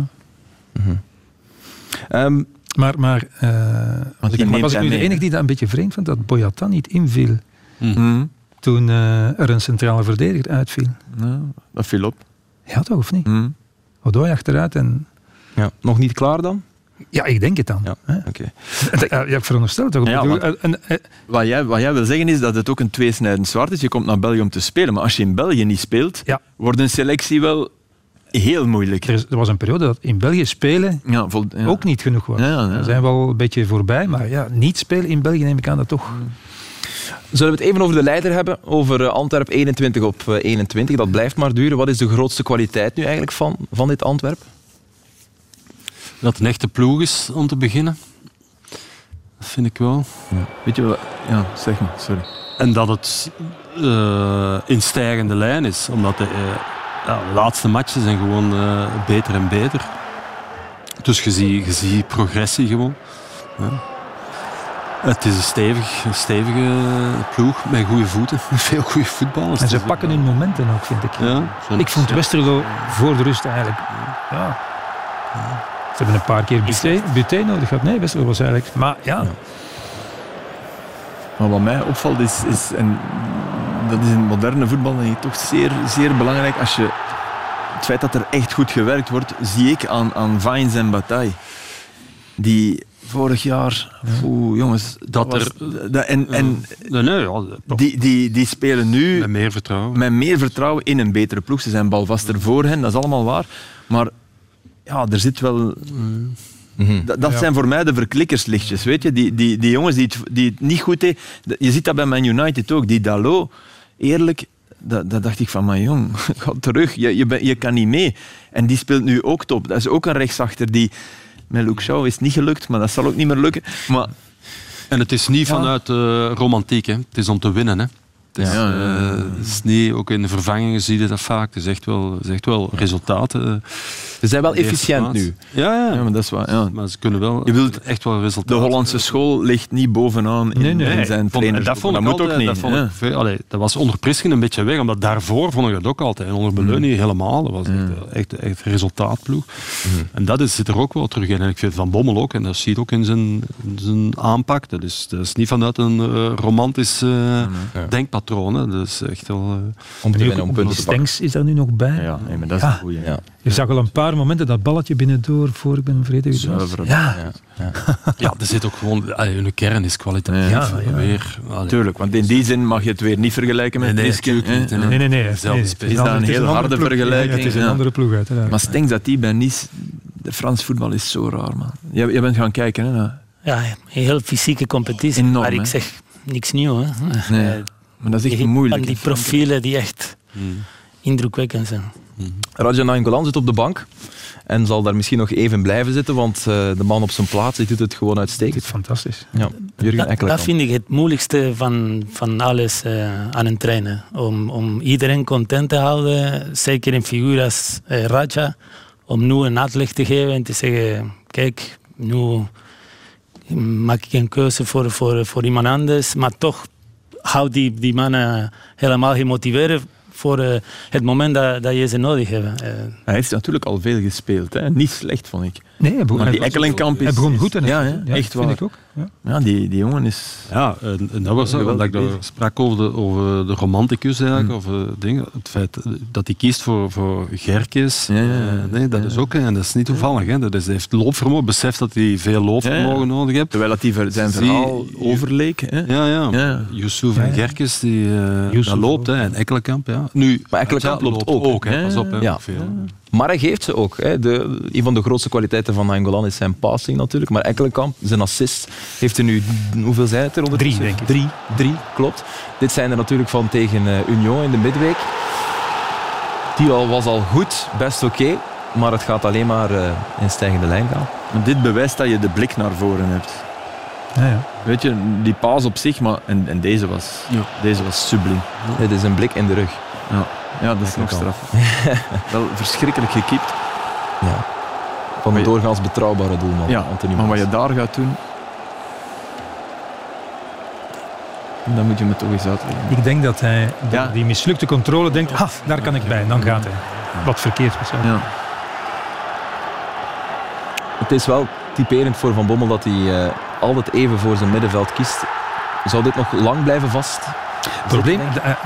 Um, Maar, maar, uh, Want ik, die neemt was ik hij nu de mee, enige die dat een beetje vreemd vond, dat Boyata niet inviel Mm. toen uh, er een centrale verdediger uitviel. Ja, dat viel op. Ja, toch of niet? Mm. Odoi achteruit en... ja. Nog niet klaar dan? Ja, ik denk het dan. Ja, Hè? oké. Ja, ik veronderstel het toch. Ja, Ik bedoel, want- een- een- Wat jij, wat jij wil zeggen is dat het ook een tweesnijdend zwaard is. Je komt naar België om te spelen, maar als je in België niet speelt, Ja. wordt een selectie wel heel moeilijk. er, is- er was een periode dat in België spelen Ja, vol, ja. ook niet genoeg was. Ja, ja, ja. We zijn wel een beetje voorbij, maar ja, niet spelen in België neem ik aan dat toch... Zullen we het even over de leider hebben? Over uh, Antwerp eenentwintig op uh, eenentwintig. Dat blijft maar duren. Wat is de grootste kwaliteit nu eigenlijk van, van dit Antwerp? Dat het een echte ploeg is om te beginnen. Dat vind ik wel. Weet je wel? Ja, zeg maar, sorry. En dat het uh, in stijgende lijn is. Omdat de, uh, ja, de laatste matchen zijn gewoon uh, beter en beter. Dus je ziet, je ziet progressie gewoon. Ja. Het is een, stevig, een stevige ploeg met goede voeten. Veel goede voetballers. En ze Het is- pakken hun momenten ook, vind ik. Ja, zijn- Ik vond ja. Westerlo voor de rust eigenlijk... Ja. Ze hebben een paar keer Buté, Buté nodig gehad. Nee, Westerlo was eigenlijk... Maar ja, Maar wat mij opvalt is, is en dat is in moderne voetbal denk ik toch zeer, zeer belangrijk, als je het feit dat er echt goed gewerkt wordt, zie ik aan, aan Vines en Bataille. Die vorig jaar, oeh, jongens, Dat was- er- dat, en, en Nee, nee, ja, die, die, die spelen nu met meer vertrouwen. met meer vertrouwen in een betere ploeg. Ze zijn balvaster voor hen, dat is allemaal waar. Maar ja, er zit wel... Dat, dat zijn voor mij de verklikkerslichtjes, weet je. Die, die, die jongens die het, die het niet goed deden. Je ziet dat bij Man United ook. Die Dalot, eerlijk, dat, dat dacht ik van, maar jong, ga terug. Je, je, ben- je kan niet mee. En die speelt nu ook top. Dat is ook een rechtsachter die... Met Luke Shaw is het niet gelukt, maar dat zal ook niet meer lukken. Maar En het is niet vanuit uh, romantiek, hè. Het is om te winnen. Hè. Het is, Ja, ja, ja. eh, het is niet, ook in de vervangingen zie je dat vaak. Het is echt wel, het is echt wel resultaten. Ze zijn wel De eerste efficiënt plaats. nu. Ja, ja. ja, maar dat is waar. Ja. Maar ze kunnen wel Je wilt- echt wel De resultaten. Hollandse school ligt niet bovenaan in, Nee, nee. in zijn Vond- trainers. dat vond ik moet altijd, ook niet. Dat, vond ja. ik veel- allee, dat was onder Prisken een beetje weg, omdat daarvoor vond ik dat ook altijd. En onder Beleu niet helemaal. Dat was echt, echt, echt resultaatploeg. En dat is, zit er ook wel terug in. En ik vind Van Bommel ook, en dat zie je ook in zijn, in zijn aanpak. Dat is, dat is niet vanuit een uh, romantisch uh, denkpatroon. Hè. Dat is echt wel... Uh, Om te nu winnen, om ook punten te pakken. Stenks is daar nu nog bij. Ja, nee, maar dat is Ja. een goeie. Ja. Je zag al een paar momenten dat balletje binnendoor voor, ik ben vergeten wie het was. Zuiver. Ja, Ja. ja, er zit ook gewoon... Allee, hun kern is kwalitatief. Ja, ja. Weer, allee. Tuurlijk, want in die zin mag je het weer niet vergelijken met Nee, nee, Prisken, natuurlijk hè. niet, hè. nee, nee, nee. Dezelfde nee, spits. het Is dat ander- een het heel andere harde ploeg. vergelijking? Ja, het is een Ja. andere ploeg uiteraard. Maar Stenks dat die bij Nice De Frans voetbal is zo raar, man. Jij, jij bent gaan kijken, hè? Naar... Ja, een heel fysieke competitie. Enorm, maar ik hè? zeg niks nieuw. Hè. Nee, uh, maar dat is echt moeilijk. Van die profielen die echt hmm. indrukwekkend zijn. Hmm. Radja Nainggolan zit op de bank en zal daar misschien nog even blijven zitten, want uh, de man op zijn plaats die doet het gewoon uitstekend. Fantastisch. Ja, Jurgen dat, dat vind ik het moeilijkste van, van alles uh, aan een trainen. Om, om iedereen content te houden, zeker een figuur als uh, Radja, om nu een uitleg te geven en te zeggen, kijk, nu maak ik een keuze voor, voor, voor iemand anders, maar toch houdt die, die mannen helemaal gemotiveerd voor uh, het moment dat, dat je ze nodig hebt. Uh. Hij heeft natuurlijk al veel gespeeld. Hè. Niet slecht, vond ik. Nee, hij begon, maar die Ekkelenkamp is... Hij begon goed. En ja, ja, ja, echt waar. Vind ik ook. Ja, ja die, die jongen is... Ja, en, en dat was ook, omdat ik daar sprak over de, over de romanticus eigenlijk, hmm. over dingen. Het feit dat hij kiest voor, voor Gerkes, ja, ja, ja. Uh, nee, dat ja. is ook, en dat is niet toevallig. Hè. Dat is, hij heeft loopvermogen, beseft dat hij veel loopvermogen ja, ja. nodig heeft. Terwijl dat hij zijn verhaal die, overleek. Hè. Ja, ja. ja. Youssouf en Gerkes, die uh, dat loopt, hè, en Ekkelenkamp. Ja. Nu, maar Ekkelenkamp loopt, loopt ook. ook hè. Pas op, hè, ja. veel. Ja. Maar hij geeft ze ook. Hè. De, een van de grootste kwaliteiten van Nainggolan is zijn passing natuurlijk. Maar Ekkelenkamp, zijn assist, heeft er nu... Hoeveel zijn het er? Onder drie, denk ik. Drie, drie, klopt. Dit zijn er natuurlijk van tegen uh, Union in de midweek. Die al, was al goed, best oké. Okay, maar het gaat alleen maar uh, in stijgende lijn gaan. Maar dit bewijst dat je de blik naar voren hebt. Ja, ja. Weet je, die paas op zich, maar... En, en deze was, ja. deze was subliem. Ja. Dit is een blik in de rug. Ja. Ja, dat is nog straf. Wel verschrikkelijk gekiept. Ja. Van een doorgaans betrouwbare doelman. Ja, Anthony maar wat je daar gaat doen... Dan moet je me toch eens uitleggen. Ik denk dat hij ja. die mislukte controle denkt, ah, daar kan ik bij. En dan gaat hij. Wat verkeerd was. Ja. Het is wel typerend voor Van Bommel dat hij uh, altijd even voor zijn middenveld kiest. Zou dit nog lang blijven vast? Het probleem,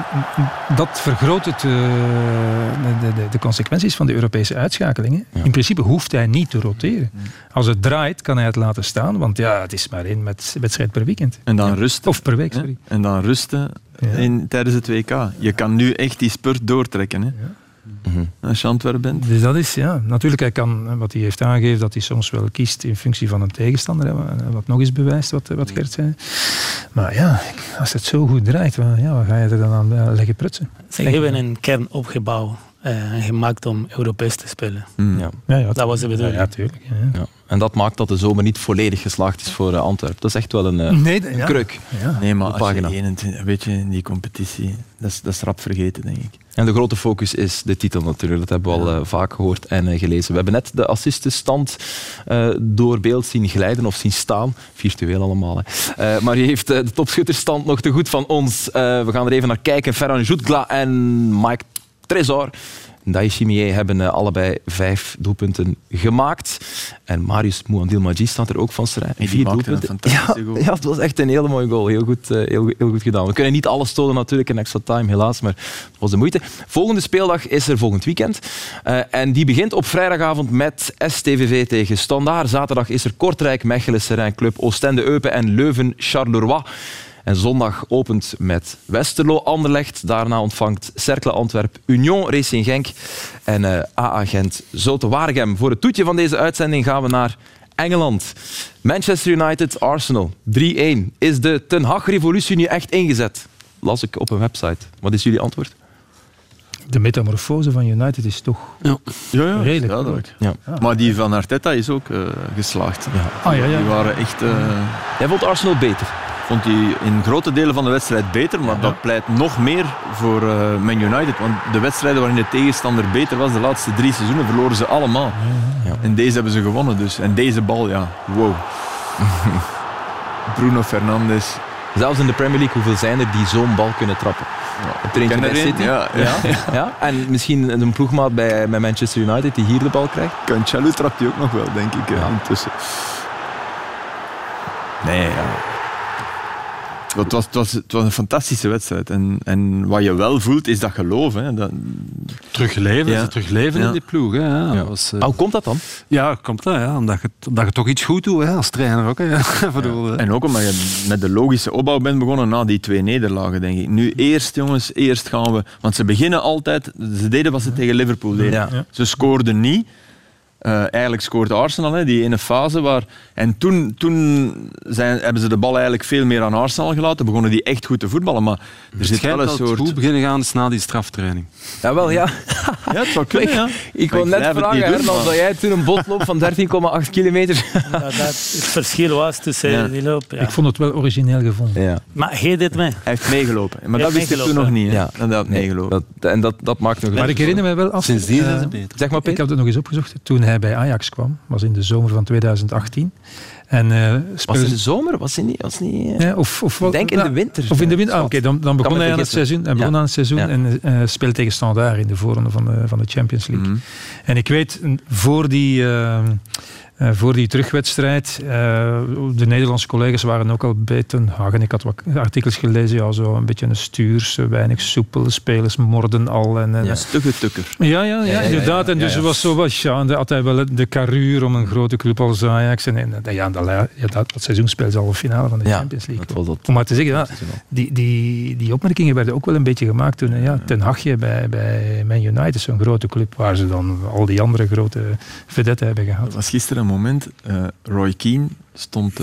dat vergroot het, uh, de, de, de consequenties van de Europese uitschakelingen. Ja. In principe hoeft hij niet te roteren. Als het draait, kan hij het laten staan, want ja, het is maar één met wedstrijd per weekend. En dan ja. rusten. Of per week, sorry. Ja. En dan rusten ja. in, tijdens het W K. Je kan nu echt die spurt doortrekken, hè. Ja. Mm-hmm. Als je Antwerpen bent. Dus dat is, ja, natuurlijk, hij kan, wat hij heeft aangegeven, dat hij soms wel kiest in functie van een tegenstander, wat nog eens bewijst, wat, wat Gert zei. Maar ja, als het zo goed draait, ja, wat ga je er dan aan leggen prutsen? Ze hebben een kern opgebouwd en uh, gemaakt om Europees te spelen. Mm. Ja. Ja, ja, dat was de bedoeling. Ja, natuurlijk. Ja. Ja. En dat maakt dat de zomer niet volledig geslaagd is voor uh, Antwerpen. Dat is echt wel een uh, nee, ja. kruk. Ja. Nee, maar als je eenentwintig, weet je, in die competitie, dat is, dat is rap vergeten, denk ik. En de grote focus is de titel natuurlijk. Dat hebben we al uh, vaak gehoord en uh, gelezen. We hebben net de assistenstand uh, door beeld zien glijden of zien staan. Virtueel allemaal. Hè. Uh, maar je heeft uh, de topschutterstand nog te goed van ons. Uh, we gaan er even naar kijken. Ferran Jutgla en Mike Trésor. Ndayishimiye hebben uh, allebei vijf doelpunten gemaakt. En Marius Mouandil-Madji staat er ook van strijd. Vier doelpunten. Ja, ja, het was echt een hele mooie goal. Heel goed, uh, heel, heel goed gedaan. We kunnen niet alles tonen natuurlijk in extra time, helaas. Maar het was de moeite. Volgende speeldag is er volgend weekend. Uh, en die begint op vrijdagavond met S T V V tegen Standaard. Zaterdag is er Kortrijk, Mechelen, Serijn Club, Oostende, Eupen en Leuven, Charleroi. En zondag opent met Westerlo Anderlecht. Daarna ontvangt Cercle Antwerp Union Racing Genk en uh, A A Gent Zulte Waregem. Voor het toetje van deze uitzending gaan we naar Engeland. Manchester United Arsenal drie-één. Is de Ten Hag-revolutie nu echt ingezet? Las ik op een website. Wat is jullie antwoord? De metamorfose van United is toch ja. Ja, ja, redelijk ja, groot. Ja. Ja. Maar die van Arteta is ook uh, geslaagd. Ja. Ah, ja, ja. Die waren echt... Uh... Jij vond Arsenal beter? Vond hij in grote delen van de wedstrijd beter, maar ja. dat pleit nog meer voor uh, Man United. Want de wedstrijden waarin de tegenstander beter was, de laatste drie seizoenen, verloren ze allemaal. Ja. En deze hebben ze gewonnen dus. En deze bal, ja, wow. Bruno Fernandes. Zelfs in de Premier League, hoeveel zijn er die zo'n bal kunnen trappen? Ja. Traintje bij City. Ja, ja. Ja. Ja. En misschien een ploegmaat bij, bij Manchester United die hier de bal krijgt. Cancelo trapt hij ook nog wel, denk ik, ja. intussen. Nee, ja. Het was, het, was, het was een fantastische wedstrijd. En, en wat je wel voelt, is dat geloof. Hè. Dat... Terugleven, ja. terugleven ja. in die ploeg. Hè. Ja, ja. was, uh... Hoe komt dat dan? Ja, komt dat, ja. Omdat, je, omdat je toch iets goed doet hè, als trainer ook. Hè. Ja. Ja. En ook omdat je met de logische opbouw bent begonnen na die twee nederlagen, denk ik. Nu eerst, jongens, eerst gaan we... Want ze beginnen altijd... Ze deden wat ze tegen Liverpool deden. Ja. Ja. Ze scoorden niet. Uh, eigenlijk scoort Arsenal, hè, die ene fase waar... En toen, toen zijn, hebben ze de bal eigenlijk veel meer aan Arsenal gelaten. Begonnen die echt goed te voetballen. Maar er zit wel een dat soort... het goed beginnen gaan is na die straftraining. Jawel, ja. Ja, het zou kunnen, ja. Ik wil net vragen, Hernand, dat jij toen een botloop van dertien komma acht kilometer... Ja, dat het verschil was tussen Ja. die loop. Ja. Ik vond het wel origineel gevonden. Ja. Maar hij deed mee. Hij heeft meegelopen. Maar Hij dat heeft wist ik toen nog niet. Hè. Ja. Dat had Nee, meegelopen. dat, en dat, dat maakt nog... Maar ik herinner me wel, als Sindsdien uh, zijn ze beter. Zeg maar, ik Peter. heb het nog eens opgezocht, toen hij bij Ajax kwam, was in de zomer van tweeduizend achttien. En, uh, Was het in de zomer? Was het niet... Was het niet uh... Ja, of, of, Ik denk in de winter. Of in de winter. Ah, Oké, okay, dan, dan begon me hij aan het vergissen. seizoen, hij begon Ja. aan het seizoen Ja. en uh, speelde tegen Standaard in de voorronde van de, van de Champions League. Mm-hmm. En ik weet, voor die, uh, uh, voor die terugwedstrijd, uh, de Nederlandse collega's waren ook al bij Ten Hagen. Ik had wat artikels gelezen, ja, zo een beetje een stuurs, weinig soepel, spelers morden al. En, en, Ja, stugge tukker. Ja, ja, ja, ja, inderdaad. ja, En dus ja, ja. was zo wat, ja, en had hij wel de carrure om een grote club als Ajax. En, en ja, dat, ja, dat, dat seizoen speelde ze al de finale van de Ja, Champions League. dat was dat. Om maar te zeggen, ja, die, die, die opmerkingen werden ook wel een beetje gemaakt toen ja, Ten Hagje bij, bij Man United, zo'n grote club, waar ze dan al die andere grote vedetten hebben gehad. Het was gisteren een moment, uh, Roy Keane stond uh,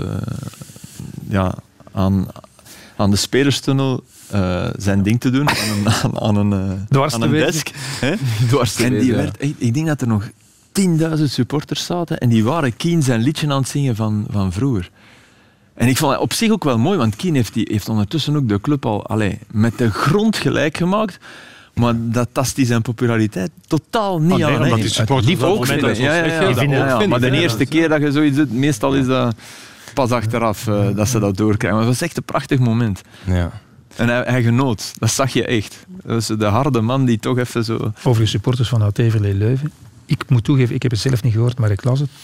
ja, aan, aan de spelerstunnel uh, zijn ding te doen, aan een, aan, aan een, uh, Dwars aan te een wezen. desk. Hè? Dwars te En die wezen, ja. werd, ik, ik denk dat er nog tienduizend supporters zaten en die waren Keane zijn liedje aan het zingen van, van vroeger. En ik vond het op zich ook wel mooi, want Keane heeft, die, heeft ondertussen ook de club al allee, met de grond gelijk gemaakt. Maar dat tast hij zijn populariteit totaal niet Oh, nee, aan. omdat hè. die supporters Lief dat ook ook vinden. vinden. Ja, ja, ja, Ik ja, vind ja, dat ook ja. Maar de vinden. eerste keer dat je zoiets doet, meestal is dat pas achteraf uh, dat ze dat doorkrijgen. Maar het was echt een prachtig moment. Ja. En hij, hij genoot. Dat zag je echt. Dat was de harde man die toch even zo... Over de supporters van Oud Heverlee Leuven. Ik moet toegeven, ik heb het zelf niet gehoord, maar ik las het.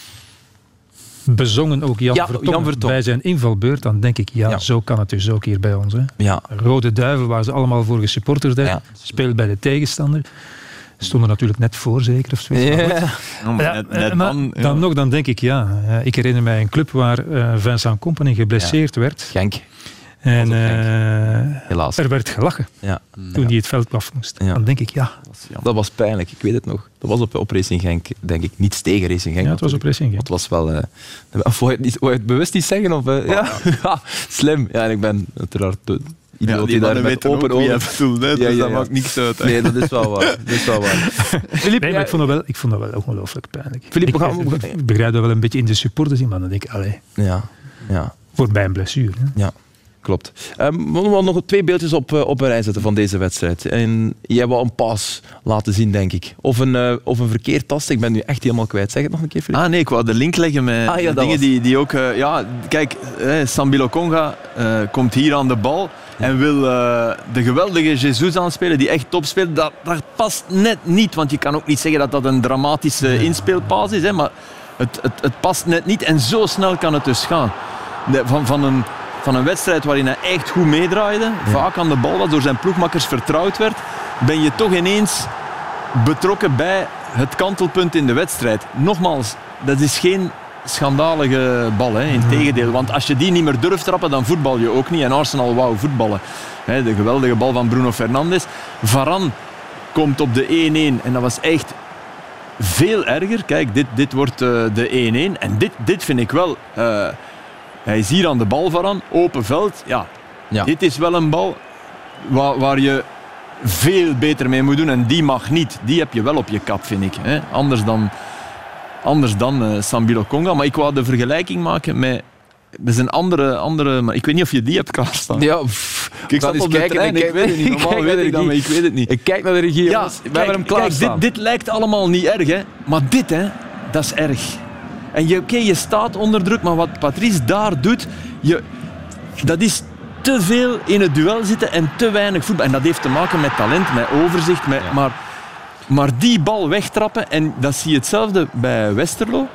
Bezongen ook Jan, Ja, Vertongen, Jan Vertongen. bij zijn invalbeurt. Dan denk ik, ja, Ja. zo kan het dus ook hier bij ons. Hè. Ja. Rode Duivel, waar ze allemaal voor gesupporterd hebben. Ja. Speelt bij de tegenstander. Stonden natuurlijk net voor, zeker. Of zoiets. Maar goed. Oh, maar Ja, net, net maar dan, ja. dan nog, dan denk ik, ja. eh, Ik herinner mij een club waar uh, Vincent Kompany geblesseerd werd. Genk, En was ook uh, helaas. er werd gelachen Ja. toen hij het veld af moest. Ja. Dan denk ik, ja. Dat was pijnlijk, ik weet het nog. Dat was op, op Racing Genk, denk ik. Niets tegen Racing Genk. Ja, het was op Racing Genk. Het was wel... Uh, of wou je het, niet, wou je het bewust niet zeggen? Of, uh, ja. ja, slim. Ja, en ik ben uiteraard... Uh, Ja, iemand die die daar mannen met weten open ook wie ogen... hij bedoelt, hè, dus Ja, ja, dat ja. maakt niks uit. Hè. Nee, dat is wel waar. Dat is wel waar. Filip, Nee, maar jij- ik vond dat wel, ik vond dat wel ongelooflijk pijnlijk. Filip, ik, we gaan- ik, ik begrijp dat wel een beetje in de supporters in, maar dan denk ik, allee, Ja, ja. voor bij een blessure. Hè. Ja, klopt. Um, we moeten nog twee beeldjes op, uh, op een rij zetten van deze wedstrijd. En jij wou een pas laten zien, denk ik. Of een, uh, of een verkeerd tasten. Ik ben nu echt helemaal kwijt. Zeg het nog een keer, Filip. Ah nee, ik wou de link leggen met Ah, ja, dat dingen was- die, die ook... Uh, ja, kijk, eh, Sambi Lokonga uh, komt hier aan de bal en wil uh, de geweldige Jesus aanspelen, die echt top speelt. Dat, dat past net niet, want je kan ook niet zeggen dat dat een dramatische inspeelpaas is, hè, maar het, het, het past net niet en zo snel kan het dus gaan. De, van, van, een, van een wedstrijd waarin hij echt goed meedraaide, ja. vaak aan de bal was, door zijn ploegmakkers vertrouwd werd, ben je toch ineens betrokken bij het kantelpunt in de wedstrijd. Nogmaals, dat is geen schandalige bal, hè. Integendeel. Want als je die niet meer durft trappen, dan voetbal je ook niet. En Arsenal wou voetballen. Hè, de geweldige bal van Bruno Fernandes. Varane komt op de één-één en dat was echt veel erger. Kijk, dit, dit wordt uh, de één-één. En dit, dit vind ik wel... Uh, hij is hier aan de bal, Varane. Open veld. Ja, Ja. dit is wel een bal waar, waar je veel beter mee moet doen. En die mag niet. Die heb je wel op je kap, vind ik. Hè. Anders dan, anders dan uh, Sambi Lokonga. Maar ik wou de vergelijking maken met... Dat is een andere, andere... Maar ik weet niet of je die hebt klaarstaan. Ja, pff, Ik ga zat eens op de kijken, trein, ik ik weet het niet. kijk Normaal naar weet de ik dat, regie. maar ik weet het niet. Ik kijk naar de regie, Ja, jongens. We kijk, hebben hem kijk, klaarstaan. dit, dit lijkt allemaal niet erg, hè. Maar dit, hè, dat is erg. En je, okay, je staat onder druk, maar wat Patrice daar doet, je, dat is te veel in het duel zitten en te weinig voetbal. En dat heeft te maken met talent, met overzicht, met, Ja. maar, maar die bal wegtrappen, en dat zie je hetzelfde bij Westerlo.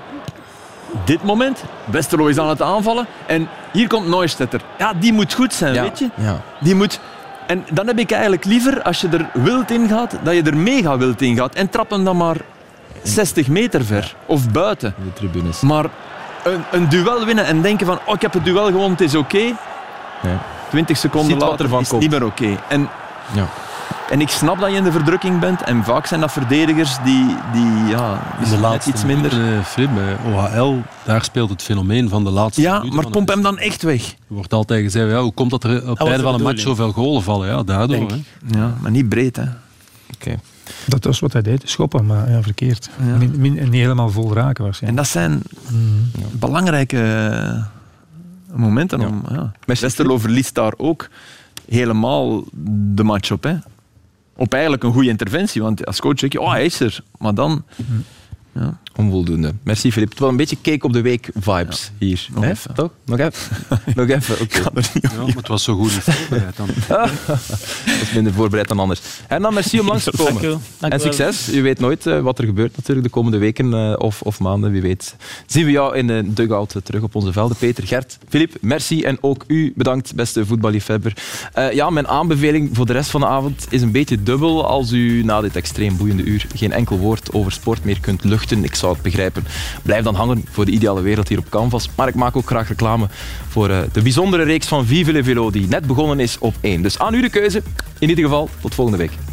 Dit moment, Westerlo is aan het aanvallen en hier komt Neustetter. Ja, die moet goed zijn, Ja, weet je. ja. Die moet... En dan heb ik eigenlijk liever, als je er wild in gaat, dat je er mega wild in gaat. En trap hem dan maar zestig meter ver. Of buiten. De tribunes. Maar een, een duel winnen en denken van, oh, ik heb het duel gewonnen, het is oké. Ja. twintig seconden Ziet wat later ervan is het komt. niet meer oké. En Ja. En ik snap dat je in de verdrukking bent. En vaak zijn dat verdedigers die, die ja, in de laatste iets minder... minuten, Filip, bij O H L, daar speelt het fenomeen van de laatste Ja, minuten. maar pomp hem dan echt weg. Er wordt altijd gezegd, ja, hoe komt dat er op het einde van een match zoveel golen vallen? Ja, daardoor. Hè. Ja, maar niet breed, hè. Oké. Okay. Dat was wat hij deed, schoppen, maar ja, verkeerd. Ja. Min, min, niet helemaal vol raken waarschijnlijk. En dat zijn mm. belangrijke momenten. Om, ja. Ja. Westerlo verliest daar ook helemaal de match op. Hè. Op eigenlijk een goede interventie, want als coach zeg je, oh, hij is er. Maar dan... Mm. Ja. Onvoldoende. Merci, Filip. Het was een beetje cake op de week vibes ja. hier. Nog Hè? even. Toch? Nog even? Nog even, oké. Okay. Ja, maar het was zo goed niet voorbereid dan. Dat is minder voorbereid dan anders. En dan merci om langs te komen. Dank u. Dank en succes. U weet nooit uh, wat er gebeurt natuurlijk de komende weken uh, of, of maanden, wie weet. Zien we jou in de dugout uh, terug op onze velden. Peter, Gert, Filip, merci. En ook u bedankt, beste voetballiefhebber. Uh, ja, mijn aanbeveling voor de rest van de avond is een beetje dubbel. Als u na dit extreem boeiende uur geen enkel woord over sport meer kunt luchten, ik zou het begrijpen, blijf dan hangen voor de ideale wereld hier op Canvas. Maar ik maak ook graag reclame voor uh, de bijzondere reeks van Vive le Velo die net begonnen is op één. Dus aan u de keuze. In ieder geval, tot volgende week.